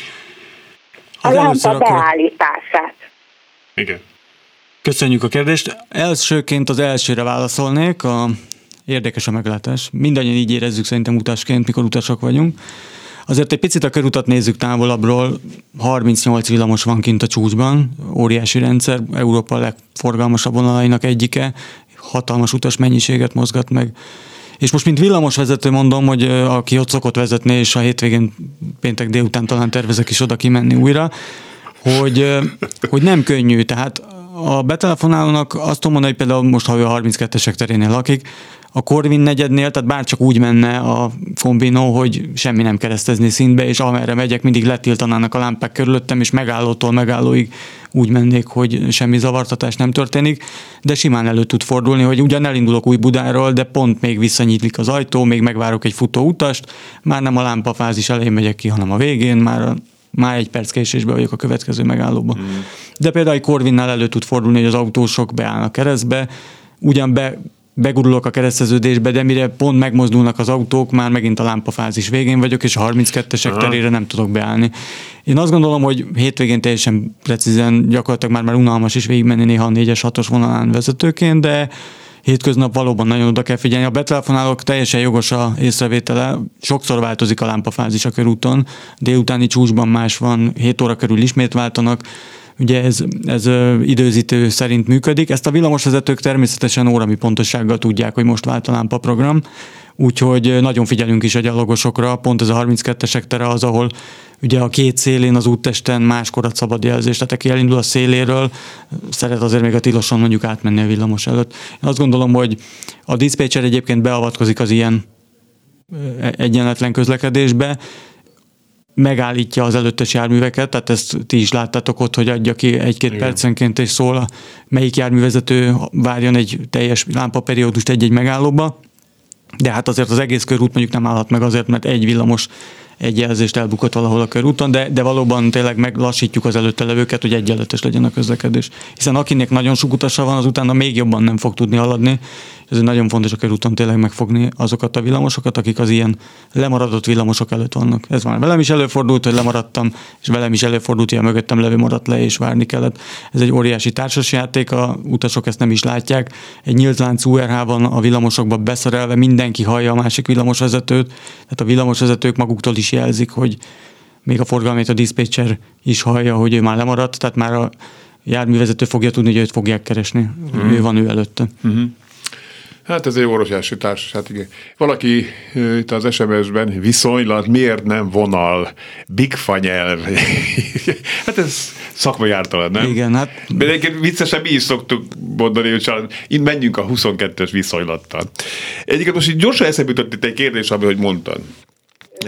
A lámpa beállítását. Igen. Köszönjük a kérdést. Elsőként az elsőre válaszolnék. A érdekes a meglátás. Mindannyian így érezzük szerintem utasként, mikor utasok vagyunk. Azért egy picit a körutat nézzük távolabbról. harmincnyolc villamos van kint a csúcsban. Óriási rendszer. Európa legforgalmasabb vonalainak egyike. Hatalmas utas mennyiséget mozgat meg. És most mint villamosvezető mondom, hogy aki ott szokott vezetni, és a hétvégén péntek délután talán tervezek is oda kimenni újra, hogy, hogy nem könnyű. Tehát a betelefonálónak azt tudom mondani, hogy például most, ha ő a harminckettesek terénél lakik, a Korvin negyednél, tehát bárcsak úgy menne a kombinó, hogy semmi nem keresztezni szintbe, és amerre megyek, mindig letiltanának a lámpák körülöttem, és megállótól megállóig úgy mennék, hogy semmi zavartatás nem történik, de simán elő tud fordulni, hogy ugyan elindulok Újbudáról, de pont még visszanyitlik az ajtó, még megvárok egy futó utast, már nem a lámpafázis elején megyek ki, hanem a végén, már a Már egy perc késésben vagyok a következő megállóban. Mm. De például egy Corvinnál elő tud fordulni, hogy az autósok beállnak keresztbe, ugyan be, begurulok a kereszteződésbe, de mire pont megmozdulnak az autók, már megint a lámpafázis végén vagyok, és a harminckettesek terére nem tudok beállni. Én azt gondolom, hogy hétvégén teljesen precízen, gyakorlatilag már, már unalmas is végigmenni néha a négyes hatos vonalán vezetőként, de hétköznap valóban nagyon oda kell figyelni. A betelefonálók teljesen jogos a észrevétele. Sokszor változik a lámpafázis a körúton. Délutáni csúcsban más van, hét óra körül ismét váltanak. Ugye ez, ez időzítő szerint működik. Ezt a villamosvezetők természetesen órami pontossággal tudják, hogy most vált a lámpaprogram. Úgyhogy nagyon figyelünk is a gyalogosokra. Pont ez a harminckettesek tere az, ahol ugye a két szélén az úttesten máskor ad szabad jelzést. Tehát aki elindul a széléről, szeret azért még a tiloson mondjuk átmenni a villamos előtt. Én azt gondolom, hogy a diszpécser egyébként beavatkozik az ilyen egyenletlen közlekedésbe, megállítja az előttes járműveket, tehát ezt ti is láttátok ott, hogy adja ki egy-két Igen. percenként, és szól, melyik járművezető várjon egy teljes lámpaperiódust egy-egy megállóba. De hát azért az egész körút mondjuk nem állhat meg azért, mert egy villamos egy jelzést elbukott valahol a körúton, de, de valóban tényleg meglassítjuk az előtte levőket, hogy egyenletes legyen a közlekedés. Hiszen akinek nagyon sok utasa van, az utána még jobban nem fog tudni haladni. Ez nagyon fontos a körúton tényleg megfogni azokat a villamosokat, akik az ilyen lemaradott villamosok előtt vannak. Ez már velem is előfordult, hogy lemaradtam, és velem is előfordult, hogy a mögöttem levő maradt le, és várni kellett. Ez egy óriási társasjáték, a utasok ezt nem is látják. Egy nyílt lánc u er há van a villamosokba beszerelve, mindenki hallja a másik villamosvezetőt, tehát a villamosvezetők maguktól is jelzik, hogy még a forgalmét a diszpécser is hallja, hogy ő már lemaradt, tehát már a járművezető fogja tudni, hogy őt fogják keresni. Mm. Ő van ő előtte. Mm-hmm. Hát ez egy óriási társas. Hát igen. Valaki uh, itt az es em es-ben viszonylag miért nem vonal, bigfa nyelv. Hát ez szakmai ártalan, nem? Igen, hát... De egyébként viccesen mi is szoktuk mondani, hogy csak menjünk a huszonkettes viszonylattal. Egyébként most így gyorsan eszembe jutott itt egy kérdés, ami, hogy mondtad. Uh,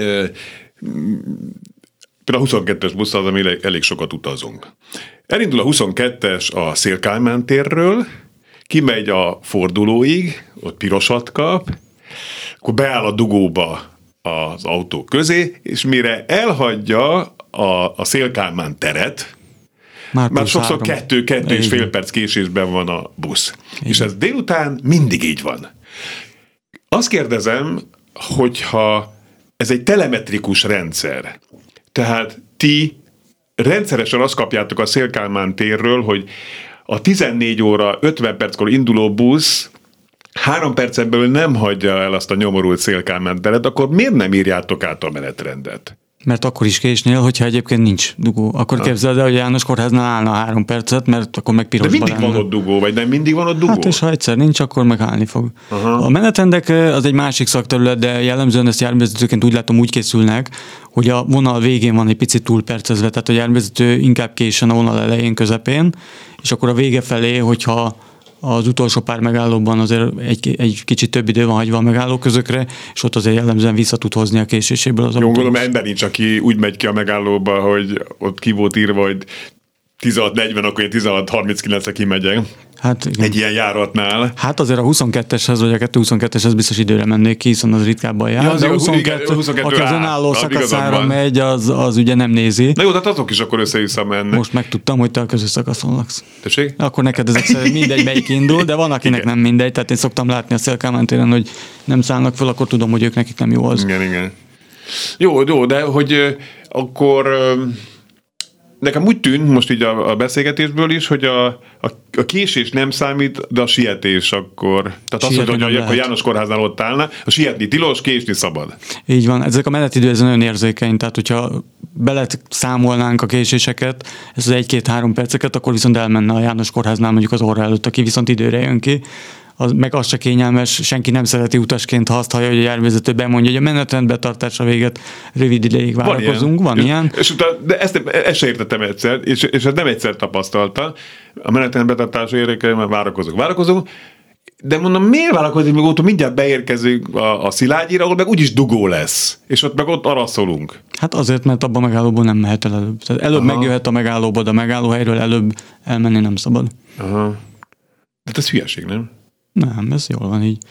például a huszonkettes busz az, ami elég sokat utazunk. Elindul a huszonkettes a Széll-Kálmán térről, kimegy a fordulóig, ott pirosat kap, akkor beáll a dugóba az autó közé, és mire elhagyja a, a Széll-Kálmán teret, már, már sokszor kettő, kettő és fél perc késésben van a busz. Igen. És ez délután mindig így van. Azt kérdezem, hogyha ez egy telemetrikus rendszer, tehát ti rendszeresen azt kapjátok a Széll-Kálmán térről, hogy a tizennégy óra ötven perckor induló busz három percen belül nem hagyja el azt a nyomorult Széll-Kálmán teret, akkor miért nem írjátok át a menetrendet? Mert akkor is késnél, hogyha egyébként nincs dugó. Akkor képzeld el, hogy János Kórháznál állna három percet, mert akkor meg pirosban. De mindig lenne. Van ott dugó, vagy nem mindig van ott dugó? Hát és ha egyszer nincs, akkor meg állni fog. Aha. A menetrendek az egy másik szakterület, de jellemzően ezt járművezetőként úgy látom, úgy készülnek, hogy a vonal végén van egy picit túlpercezve, tehát a járművezető inkább késen a vonal elején, közepén, és akkor a vége felé, hogyha az utolsó pár megállóban azért egy, egy kicsit több idő van hagyva a megálló közökre, és ott azért jellemzően vissza tud hozni a késéséből az autóbusz. Jó, gondolom, ember nincs, aki úgy megy ki a megállóba, hogy ott ki volt írva, hogy tizenhat negyven, akkor én tizenhat harminckilencre kimegyek. Hát, igen. Egy ilyen járatnál. Hát azért a huszonketteshez, vagy a kettő huszonketteshez biztos időre mennék ki, hiszen az ritkábban jár. Ja, az de a huszonkettő, igen, huszonkettő aki az önálló szakaszára megy, az, az ugye nem nézi. Na jó, tehát azok is akkor össze-vissza mennek. Most megtudtam, hogy te a közös szakaszon laksz. Tessék? Akkor neked ezek szerint mindegy, melyik indul, de van, akinek igen. nem mindegy. Tehát én szoktam látni a Széll-Kálmán téren, hogy nem szállnak fel, akkor tudom, hogy ők nekik nem jó az. Igen, igen. Jó, jó, de hogy akkor... Nekem úgy tűnt most így a, a beszélgetésből is, hogy a, a, a késés nem számít, de a sietés akkor. Tehát azt mondja, hogy a János Kórháznál ott állna, a sietni tilos, késni szabad. Így van, ezek a menetidő ez nagyon érzékeny, tehát hogyha belet számolnánk a késéseket, ez az egy-két-három perceket, akkor viszont elmenne a János Kórháznál mondjuk az óra előtt, aki viszont időre jön ki. Az, meg az se kényelmes, senki nem szereti utasként, ha azt hallja, hogy a járművezető bemondja, hogy a menetrend betartása véget rövid ideig várakozunk. Van ilyen. Van ilyen. És, és utána, de ezt, ezt se értettem egyszer, és, és ezt nem egyszer tapasztaltam. A menetrend betartása érdekében várakozunk. Várakozunk, de mondom, miért vállalkozik, még ott mindjárt beérkezünk a, a Szilágyira, ahol meg úgyis dugó lesz, és ott meg ott araszolunk. Hát azért, mert abban a megállóból nem mehet el előbb. Tehát előbb Aha. megjöhet a megállóba, de a megállóhelyről előbb elmenni nem szabad. Aha. De ez hülyeség, nem? Nem, ez jól van így.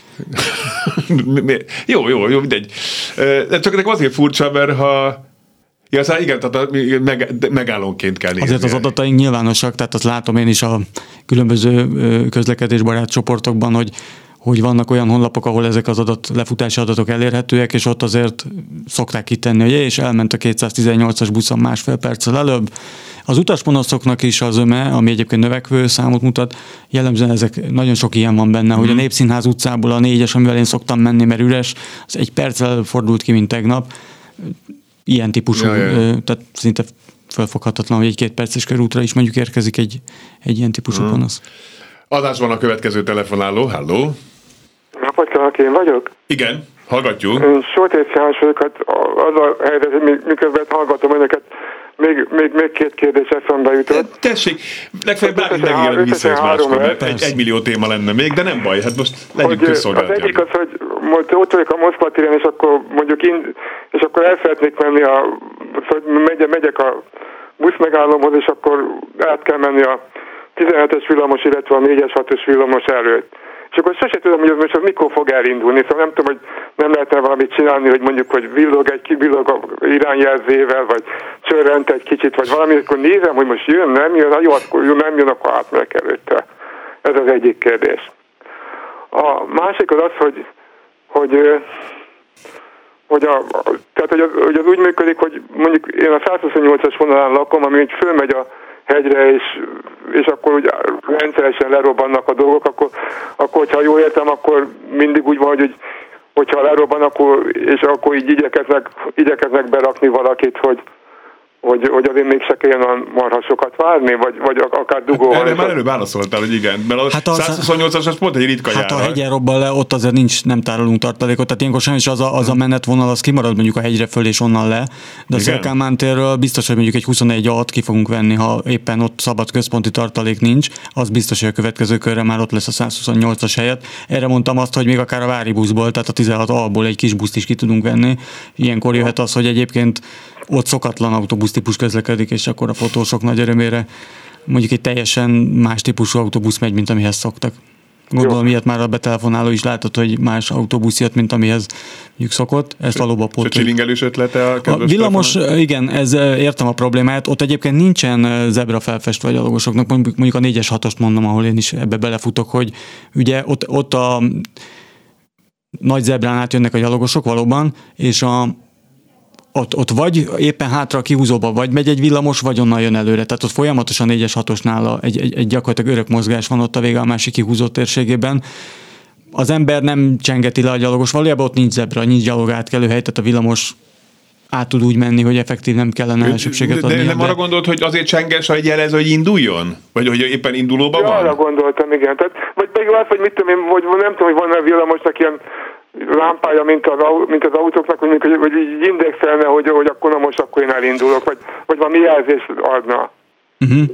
jó, jó, jó, mindegy. De csak nekem azért furcsa, mert ha... Ja, szóval igen, tehát meg, megállónként kell nézni. Azért az adataink nyilvánosak, tehát azt látom én is a különböző közlekedésbarát csoportokban, hogy, hogy vannak olyan honlapok, ahol ezek az adat, lefutási adatok elérhetőek, és ott azért szokták kitenni, hogy és elment a kétszáztizennyolcas buszon másfél perccel előbb. Az utaspanaszoknak is az öme, ami egyébként növekvő számot mutat, jellemzően ezek, nagyon sok ilyen van benne, mm. hogy a Népszínház utcából a négyes, amivel én szoktam menni, mert üres, az egy perccel fordult ki, mint tegnap. Ilyen típusú, ja, ja. tehát szinte felfoghatatlan, hogy egy két perces körútra is mondjuk érkezik egy, egy ilyen típusú hmm. panasz. Adásban a következő telefonáló, halló. Napot kívánok, én vagyok? Igen, hallgatjuk. Soltész János vagyok, hát az a helyzet, hogy miközben hallgatom önöket, még, még, még két kérdés eszembe jutott. Tessék, legfeljebb bárki megígérem vissza, ez máskor, mert egy, egy millió téma lenne még, de nem baj, hát most legyünk közszolgálatjában. Az egyik az, hogy ott vagyok a Moszkva téren, és akkor mondjuk ind, és akkor el szeretnék menni a, szóval megy, megyek a busz megállómhoz, és akkor át kell menni a tizenhetes villamos, illetve a négyes hatos villamos előtt. És akkor sose tudom, hogy az most az mikor fog elindulni, szóval nem tudom, hogy nem lehetne valamit csinálni, hogy mondjuk, hogy villog egy villog irányjelzével, vagy csörrent egy kicsit, vagy valami, akkor nézem, hogy most jön, nem jön, jó, akkor nem jön, akkor átmegyek előtte. Ez az egyik kérdés. A másik az az, hogy, hogy, hogy, a, tehát, hogy, az, hogy az úgy működik, hogy mondjuk én a százhuszonnyolcas vonalán lakom, ami úgy fölmegy a hegyre, és, és akkor úgy rendszeresen lerobbannak a dolgok, akkor, akkor hogyha jól értem, akkor mindig úgy van, hogy hogyha lerobban, akkor, és akkor így igyekeznek, igyekeznek berakni valakit, hogy, hogy, hogy azért mégse kelljen olyan marha sokat várni, vagy, vagy akár dugó. Hát, erre már előbb válaszoltál, hogy igen, mert a hát százhuszonnyolcas az pont egy ritka hát járat. Ha a hegyen robban le, ott azért nincs, nem tárolunk tartalékot, tehát ilyenkor sajnos az a, az a menetvonal, az kimarad mondjuk a hegyre föl és onnan le, de a Széll-Kálmán térről biztos, hogy mondjuk egy huszonegy A-t ki fogunk venni, ha éppen ott szabad központi tartalék nincs, az biztos, hogy a következő körre már ott lesz a százhuszonnyolcas helyett. Erre mondtam azt, hogy még akár a Vári buszból, tehát a tizenhat A-ból egy kis buszt is ki tudunk venni. Ilyenkor jöhet az, hogy egyébként ott szokatlan autóbusztípus közlekedik, és akkor a fotósok nagy örömére mondjuk egy teljesen más típusú autóbusz megy, mint amihez szoktak. Gondolom, ilyet már a betelefonáló is látott, hogy más autóbusz jött, mint amihez mondjuk szokott. Ezt valóban pótoljuk. És a csilingelős ötlete a kedves a villamos, telefon? Igen, ez értem a problémát. Ott egyébként nincsen zebra felfestve a gyalogosoknak. Mondjuk a négyes hatost mondom, ahol én is ebbe belefutok, hogy ugye ott, ott a nagy zebrán átjönnek a gyalogosok valóban, és a Ott, ott vagy éppen hátra a kihúzóba, vagy megy egy villamos, vagy onnan jön előre. Tehát ott folyamatosan négyes hatosnál egy, egy, egy gyakorlatilag örök mozgás van ott a vége a másik kihúzó térségében. Az ember nem csengeti le a gyalogos, valójában ott nincs zebra, nincs gyalogátkelő hely, tehát a villamos át tud úgy menni, hogy effektív nem kellene elsőbséget adni. De nem arra gondolt, hogy azért csenges, hogy jelező, hogy induljon? Vagy hogy éppen indulóban ja, van? Arra gondoltam, igen. Tehát, vagy pedig az, hogy mit tudom én, vagy nem tudom, hogy van-e villamosnak ilyen lámpája, mint az, mint az autóknak, hogy, hogy, hogy így indexelne, hogy, hogy akkor na most akkor én elindulok, vagy, vagy valami jelzést adna. Uh-huh.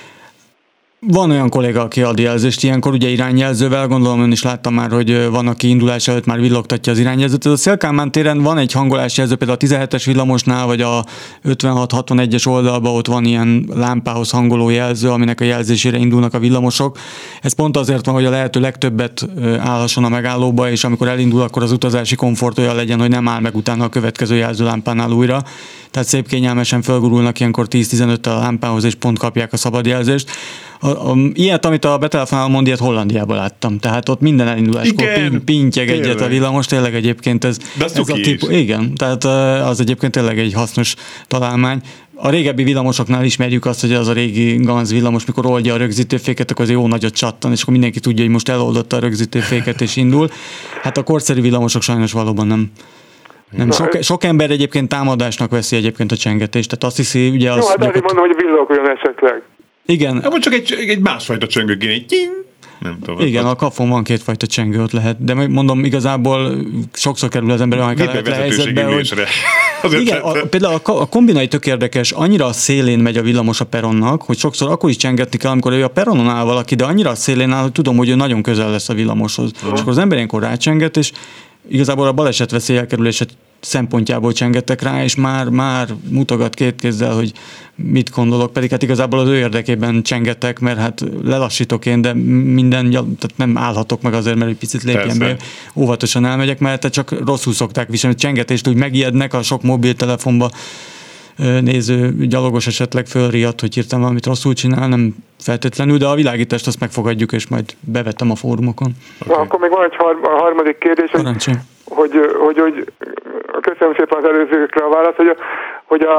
Van olyan kolléga, aki ad jelzést ilyenkor, ugye irányjelzővel, gondolom ön is láttam már, hogy van, aki indulás előtt már villogtatja az irányjelzőt. Ez a Széll-Kálmán téren van egy hangolásjelző, például a tizenhetes villamosnál, vagy a ötvenhat hatvanegyes oldalban ott van ilyen lámpához hangoló jelző, aminek a jelzésére indulnak a villamosok. Ez pont azért van, hogy a lehető legtöbbet állhasson a megállóba, és amikor elindul, akkor az utazási komfort olyan legyen, hogy nem áll meg utána a következő jelzőlámpánál újra. Tehát szép kényelmesen fölgurulnak ilyenkor tíz-tizenöttel a lámpához, és pont kapják a szabad jelzést. A, a, ilyet, amit a betelefonáló mond, ilyet Hollandiában láttam. Tehát ott minden elinduláskor pin, pintyeg egyet a villamos, tényleg egyébként ez, ez a típus. Igen, tehát az egyébként tényleg egy hasznos találmány. A régebbi villamosoknál ismerjük azt, hogy az a régi Ganz villamos, mikor oldja a rögzítőféket, akkor az jó nagyot csattan, és akkor mindenki tudja, hogy most eloldotta a rögzítőféket és indul. Hát a korszerű villamosok sajnos valóban nem. Nem, sok, sok ember egyébként támadásnak veszi egyébként a csengetést, tehát azt hiszi, ugye az... Jó, hát azért mondom, hogy villogjon esetleg. Igen. Hát csak egy, egy másfajta csöngő kéne, egy Nem tudom. Igen, a kafon van kétfajta csengő, ott lehet, de mondom, igazából sokszor kerül az ember olyan helyzetbe, hogy... Igen, a, például a, a kombinai tök érdekes, annyira a szélén megy a villamos a peronnak, hogy sokszor akkor is csengetni kell, amikor ő a peronon áll valaki, de annyira a szélén áll, hogy tudom, hogy ő nagyon közel lesz a villamoshoz. Uh-huh. És akkor az ember ilyenkor rácsenget, és igazából a balesetveszély elkerülése szempontjából csengettek rá, és már, már mutogat két kézzel, hogy mit gondolok, pedig hát igazából az ő érdekében csengetek, mert hát lelassítok én, de minden, tehát nem állhatok meg azért, mert egy picit lépjen be, óvatosan elmegyek, mert csak rosszul szokták viselni, csengetést úgy megijednek a sok mobiltelefonba néző gyalogos esetleg fölriadt, hogy hirtelen valamit rosszul csinál, nem feltétlenül, de a világítást azt megfogadjuk, és majd bevettem a fórumokon. Okay. Akkor még van egy har- a harmadik kérdés, hogy, hogy, hogy, hogy köszönöm szépen az előzőkre a választ, hogy a, hogy, a,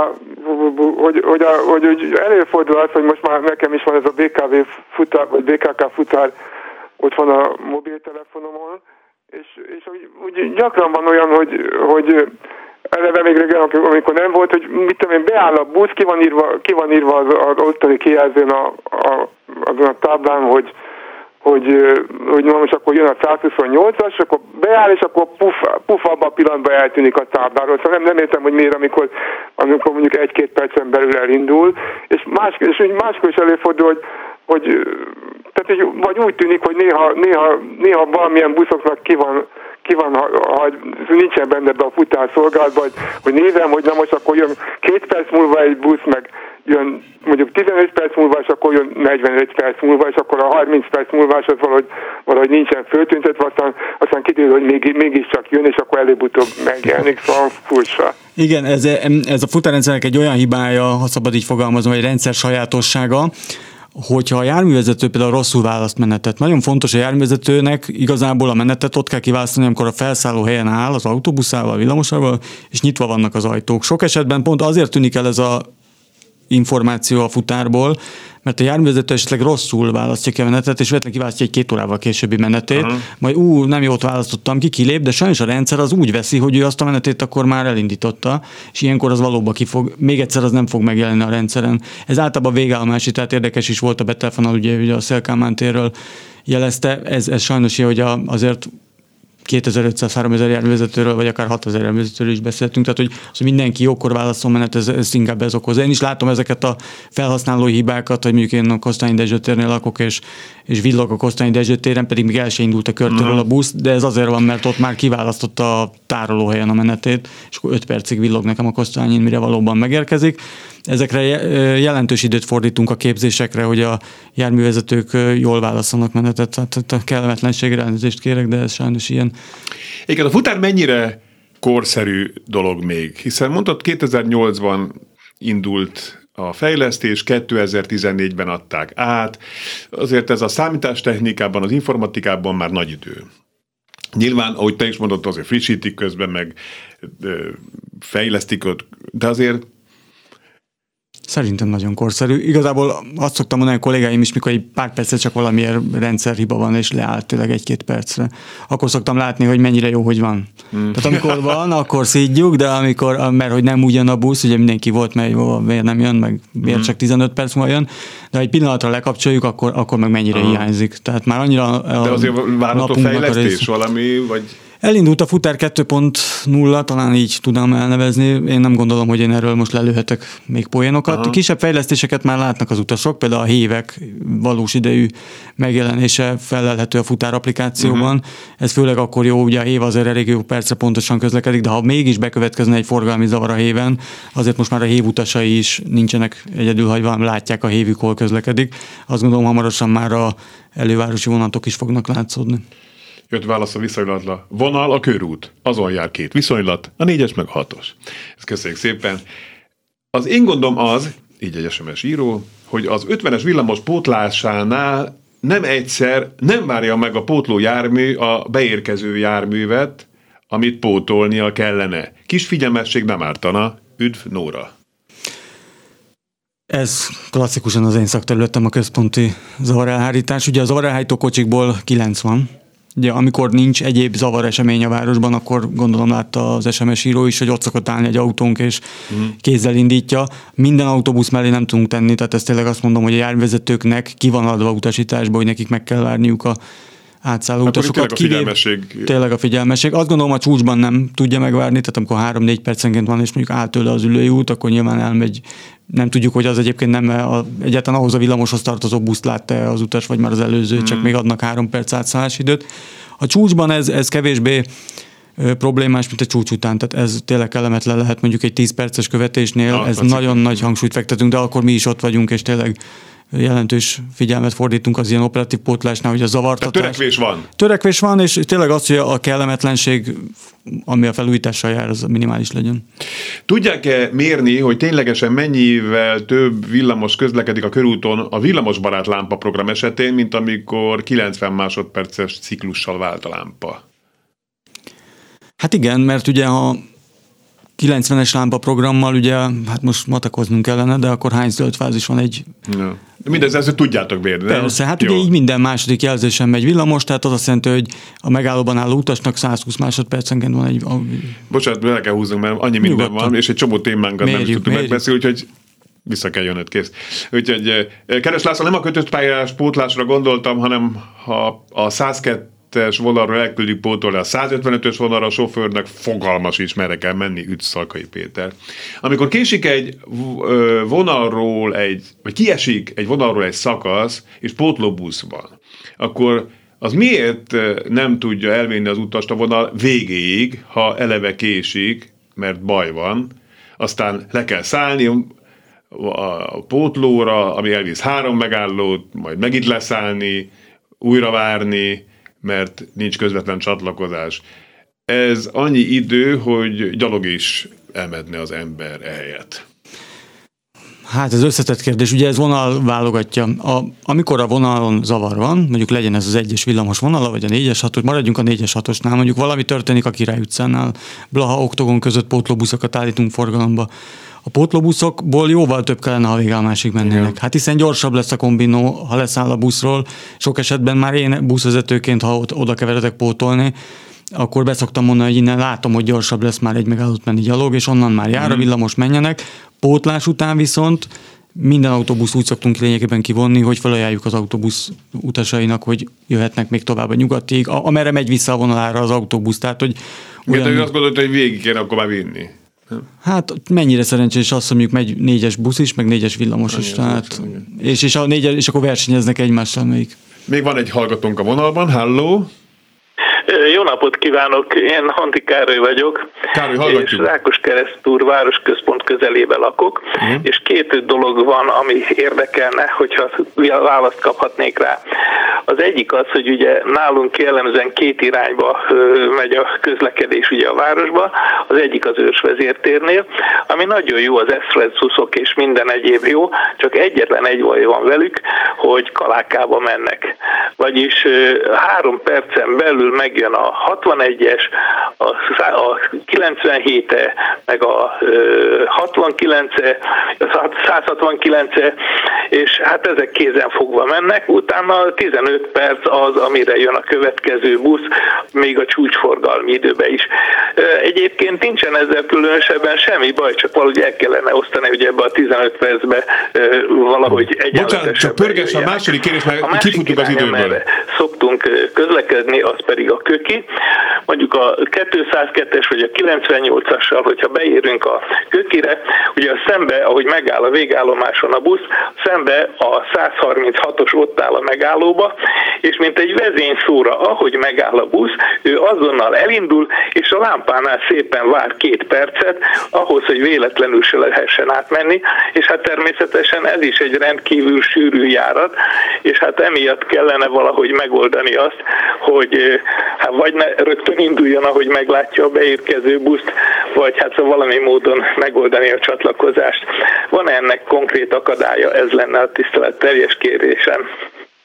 hogy, hogy, a, hogy, hogy előfordul az, hogy most már nekem is van ez a bé ká vé futár, vagy bé ká ká futár, ott van a mobiltelefonomon, és, és úgy, úgy gyakran van olyan, hogy, hogy eleve még régen, amikor nem volt, hogy mit tudom én, beáll a busz, ki van írva, ki van írva az, az ottani kijelzőn a, a, azon a táblán, hogy hogy, hogy na most akkor jön a százhuszonnyolcas, és akkor beáll, és akkor puf, puf abban a pillanatban eltűnik a tábláról. Szóval nem, nem értem, hogy miért, amikor, amikor mondjuk egy-két percen belül elindul, és, más, és máskor is előfordul, hogy, hogy tehát, hogy vagy úgy tűnik, hogy néha, néha, néha valamilyen buszoknak ki van, ki van, ha, ha nincsen benne be a futárszolgálatban, hogy, hogy nézem, hogy na most akkor jön két perc múlva egy busz, meg jön mondjuk tizenöt perc múlva, és akkor jön negyvenöt perc múlva, és akkor a harminc perc múlva, és az valahogy, valahogy nincsen föltüntetve, aztán, aztán kiderül, hogy még, mégiscsak jön, és akkor előbb-utóbb megjelenik, szóval furcsa. Igen, ez, ez a futárrendszernek egy olyan hibája, ha szabad így fogalmazom, egy rendszer sajátossága, hogyha a járművezető például rosszul választ menetet. Nagyon fontos a járművezetőnek igazából a menetet ott kell kiválasztani, amikor a felszálló helyen áll az autóbuszával, villamosával, és nyitva vannak az ajtók. Sok esetben pont azért tűnik el ez a információ a futárból, mert a járművezető esetleg rosszul választja ki a menetet, és véletlenül kiválasztja egy két órával későbbi menetét, uh-huh. majd ú, nem jót választottam ki, kilép, de sajnos a rendszer az úgy veszi, hogy ő azt a menetét akkor már elindította, és ilyenkor az valóban kifog, még egyszer az nem fog megjelenni a rendszeren. Ez általában végállomási, tehát érdekes is volt a betelefonál, ugye, ugye a Széll-Kálmán térről jelezte, ez, ez sajnos ilyen, hogy a, azért kétezer-ötszáz-háromezer járművezetőről, vagy akár hatezer járművezetőről is beszéltünk, tehát hogy, hogy mindenki jókor válaszol menet, ez, ez inkább ez okoz. Én is látom ezeket a felhasználói hibákat, hogy mondjuk én a Kosztolányi Dezső térnél lakok, és, és villog a Kosztolányi Dezső téren, pedig még el se indult a körtől a busz, de ez azért van, mert ott már kiválasztotta a tárolóhelyen a menetét, és akkor öt percig villog nekem a Kosztolányin, mire valóban megérkezik. Ezekre jelentős időt fordítunk a képzésekre, hogy a járművezetők jól válaszolnak menetet. Tehát a kellemetlenségre elnézést kérek, de ez sajnos ilyen. Igen, a futár mennyire korszerű dolog még? Hiszen mondtad, kétezer-nyolcban indult a fejlesztés, kétezer-tizennégyben adták át. Azért ez a számítástechnikában, az informatikában már nagy idő. Nyilván, ahogy te is mondod, azért frissítik közben, meg fejlesztik őt, de azért Szerintem nagyon korszerű. Igazából azt szoktam mondani a kollégáim is, mikor egy pár percre csak valamilyen rendszerhiba van, és leállt tényleg egy-két percre. Akkor szoktam látni, hogy mennyire jó, hogy van. Mm. Tehát amikor van, akkor szídjuk, de amikor, mert hogy nem ugyan a busz, ugye mindenki volt, mert jó, miért nem jön, meg miért mm. csak tizenöt perc múlva jön, de ha egy pillanatra lekapcsoljuk, akkor, akkor meg mennyire uh-huh. hiányzik. Tehát már annyira de azért várható fejlesztés valami, vagy... Elindult a futár kettő pont nulla, talán így tudnám elnevezni. Én nem gondolom, hogy én erről most lelőhetek még poénokat. Aha. Kisebb fejlesztéseket már látnak az utasok, például a hívek valós idejű megjelenése felelhető a futár applikációban. Uh-huh. Ez főleg akkor jó, ugye a hév azért elég jó percre pontosan közlekedik, de ha mégis bekövetkezne egy forgalmi zavar a héven, azért most már a hév utasai is nincsenek egyedülhagyva, látják a hévük, hol közlekedik. Azt gondolom, hamarosan már a elővárosi vonatok is fognak látszódni. Jött válasz a viszonylatla. Vonal a körút. Azon jár két viszonylat, a négyes meg a hatos. Ezt köszönjük szépen. Az én gondom az, így egy es em es író, hogy az ötvenes villamos pótlásánál nem egyszer nem várja meg a pótló jármű a beérkező járművet, amit pótolnia kellene. Kis figyelmesség nem ártana. Üdv, Nóra. Ez klasszikusan az én szakterületem, a központi zavarelhárítás. Ugye a zavarelhárító kocsikból kilenc van, Ugye, amikor nincs egyéb zavar esemény a városban, akkor gondolom látta az es em es író is, hogy ott szokott állni egy autónk, és mm. kézzel indítja. Minden autóbusz mellé nem tudunk tenni, tehát ezt tényleg azt mondom, hogy a járművezetőknek ki van adva utasításba, hogy nekik meg kell várniuk a átszálló utasokat. Tényleg a figyelmesség. Tényleg a figyelmesség. Azt gondolom, a csúcsban nem tudja megvárni, tehát amikor három-négy percenként van, és mondjuk áll tőle az ülői út, akkor nyilván elmegy. Nem tudjuk, hogy az egyébként nem a, egyáltalán ahhoz a villamoshoz tartozó buszt látta az utas, vagy már az előző, hmm. csak még adnak három perc átszállási időt. A csúcsban ez, ez kevésbé ö, problémás, mint a csúcs után, tehát ez tényleg kellemetlen lehet mondjuk egy tíz perces követésnél, ja, ez nagyon nagy hangsúlyt fektetünk, de akkor mi is ott vagyunk, és tényleg jelentős figyelmet fordítunk az ilyen operatív pótlásnál, hogy a zavartatás. Tehát törekvés van. Törekvés van, és tényleg az, hogy a kellemetlenség, ami a felújítással jár, az minimális legyen. Tudják-e mérni, hogy ténylegesen mennyivel több villamos közlekedik a körúton a villamosbarát lámpa program esetén, mint amikor kilencven másodperces ciklussal vált a lámpa? Hát igen, mert ugye a kilencvenes lámpa programmal, ugye, hát most matakoznunk kellene, de akkor hány zöld fázis van egy... Ja. Mindez ezt tudjátok mérni, nem? Persze, hát jó. Ugye így minden második jelzésen megy villamos, tehát az azt jelenti, hogy a megállóban álló utasnak száz húsz másodpercenként van egy... Bocsánat, le kell húznunk, mert annyi minden Nyugodtan. Van, és egy csomó témánkat nem is tudtunk megbeszélni, úgyhogy vissza kell jönnöd, kész. Úgyhogy, kedves László, nem a kötött pályás pótlásra gondoltam, hanem ha a száz kettes vonalról elküldik pótolni a száz ötvenötös vonalra, a sofőrnek fogalmas is, merre kell menni, üt Szalkai Péter. Amikor késik egy vonalról egy, vagy kiesik egy vonalról egy szakasz, és pótlóbusz van, akkor az miért nem tudja elvinni az utast a vonal végéig, ha eleve késik, mert baj van, aztán le kell szállni a pótlóra, ami elvisz három megállót, majd megint leszállni, újra várni, mert nincs közvetlen csatlakozás. Ez annyi idő, hogy gyalog is elmedne az ember ehelyett. Hát ez összetett kérdés, ugye ez vonal válogatja. A, amikor a vonalon zavar van, mondjuk legyen ez az egyes villamos vonala, vagy a négyes hatos, maradjunk a négyes hatosnál, mondjuk valami történik a Király utcánál, Blaha Oktogon között pótlóbuszokat állítunk forgalomba. A pótlóbuszokból jóval több kellene, ha végállomásig mennének. Igen. Hát hiszen gyorsabb lesz a kombinó, ha leszáll a buszról. Sok esetben már én buszvezetőként, ha oda keveredek pótolni, akkor beszoktam mondani, hogy innen látom, hogy gyorsabb lesz már egy megállót menni gyalog, és onnan már jár a villamos, menjenek. Pótlás után viszont minden autóbusz úgy szoktunk lényegében kivonni, hogy felajánljuk az autóbusz utasainak, hogy jöhetnek még tovább a nyugatig, amerre megy vissza a vonalára az autóbusz. Tehát, hogy ugyan... Igen, azt gondolta, hogy végig kéne akkor már vinni. Hát mennyire szerencsés az, hogy mondjuk megy négyes busz is, meg négyes villamos is. Tehát, és, és, a négyes, és akkor versenyeznek egymással még. Még van egy hallgatónk a vonalban, halló! Jó napot kívánok, én Hanti Károly vagyok, Károly, hallgatjuk. És Rákoskeresztúr városközpont közelében lakok, uh-huh. és két dolog van, ami érdekelne, hogyha választ kaphatnék rá. Az egyik az, hogy ugye nálunk jellemzően két irányba megy a közlekedés ugye a városba, az egyik az Őrsvezértérnél, ami nagyon jó, az expressbuszok és minden egyéb jó, csak egyetlen egy baj van velük, hogy Kalákába mennek. Vagyis három percen belül megjön a hatvanegyes, a, a kilencvenhétes, meg a hatvankilences, a száz hatvankilences, és hát ezek kézen fogva mennek, utána tizenöt perc az, amire jön a következő busz, még a csúcsforgalmi időben is. Egyébként nincsen ezzel különösebben semmi baj, csak valahogy el kellene osztani, hogy ebbe a tizenöt percbe valahogy egyenletesebben. Bocsánat, csak pörgess a második kérdés, mert kifutunk az időből. Szoktunk közlekedni, az pedig a Köki. Mondjuk a kétszázkettes vagy a kilencvennyolcassal, hogyha beérünk a Kökire, ugye a szembe, ahogy megáll a végállomáson a busz, szembe a száz harminchatos ott áll a megállóba, és mint egy vezényszóra, ahogy megáll a busz, ő azonnal elindul, és a lámpánál szépen vár két percet, ahhoz, hogy véletlenül se lehessen átmenni, és hát természetesen ez is egy rendkívül sűrű járat, és hát emiatt kellene valahogy megoldani azt, hogy hát vagy ne rögtön induljon, ahogy meglátja a beérkező buszt, vagy hát szóval valami módon megoldani a csatlakozást. Van ennek konkrét akadálya? Ez lenne a tisztelet teljes kérésem.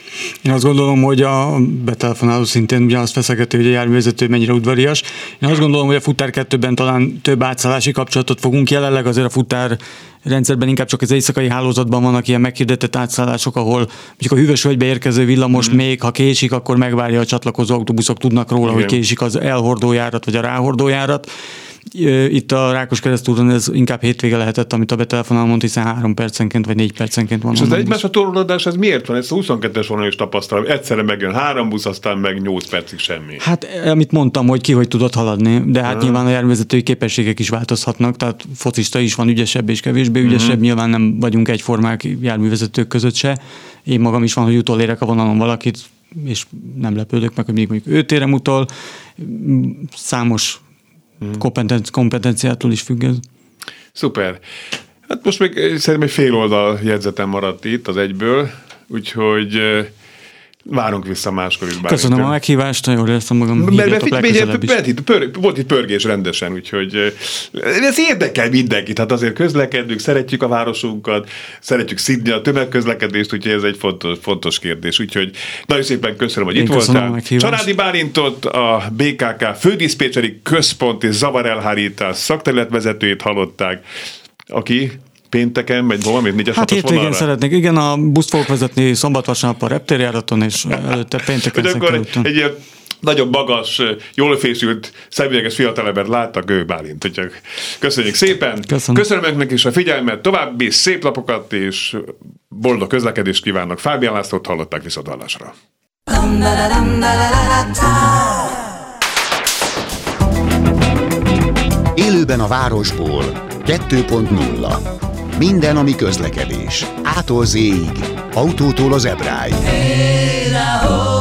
Én azt gondolom, hogy a betelefonáló szintén ugyanazt feszegeti, hogy a járművezető mennyire udvarias. Én azt gondolom, hogy a Futár kettőben talán több átszállási kapcsolatot fogunk. Jelenleg azért a Futár rendszerben inkább csak az éjszakai hálózatban vannak ilyen meghirdetett átszállások, ahol mondjuk a Hűvösvölgybe érkező villamos mm. még, ha késik, akkor megvárja, a csatlakozó autóbuszok tudnak róla, igen, hogy késik az elhordójárat vagy a ráhordójárat. Itt a Rákoskeresztúron ez inkább hétvége lehetett, amit a betelefonáló mond, hiszen három percenként vagy négy percenként van. És az egymás a torlódás, ez miért van? Ez a huszonkettes vonalon is tapasztalom. Egyszerre megjön három busz, aztán meg nyolc percig semmi. Hát, amit mondtam, hogy ki hogy tudott haladni, de hát uh-huh. nyilván a járművezetői képességek is változhatnak, tehát focista is van ügyesebb és kevésbé ügyesebb, uh-huh. nyilván nem vagyunk egyformák járművezetők között se. Én magam is van, hogy utolérek a vonalon valakit, és nem lepődök meg, hogy még mondjuk őt érem utol. Számos Kompetenci- kompetenciától is függ ez. Szuper. Hát most még szerintem egy fél oldal jegyzetem maradt itt az egyből, úgyhogy várunk vissza máskor is. Köszönöm a meghívást, jól éreztem magam. Mert, mert, mert itt, pör, volt itt pörgés rendesen, úgyhogy ez érdekel mindenkit. Hát azért közlekedünk, szeretjük a városunkat, szeretjük szidni a tömegközlekedést, úgyhogy ez egy fontos, fontos kérdés. Úgyhogy nagyon szépen köszönöm, hogy Én itt voltál. Csanádi Bálintot, a bé ká ká fődiszpécseri központi zavarelhárítás szakterületvezetőjét hallották, aki pénteken megy valamit négyes Hát hatos vonalra. hétvégén szeretnék, igen, a buszt fogok vezetni szombat-vasárnap a reptérjáraton, és előtte pénteken szekkelődtem. Egy ilyen nagyon magas, jól fésült, szemüveges fiatalembert láttak, ő Bálint. Úgyhogy köszönjük szépen. Köszönöm. Köszönöm önnek is a figyelmet, további szép napokat és boldog közlekedést kívánok. Fábián Lászlót hallották, viszonthallásra. Élőben a városból kettő pont nulla. Minden, ami közlekedés. Ától zéig, autótól az Ebráig.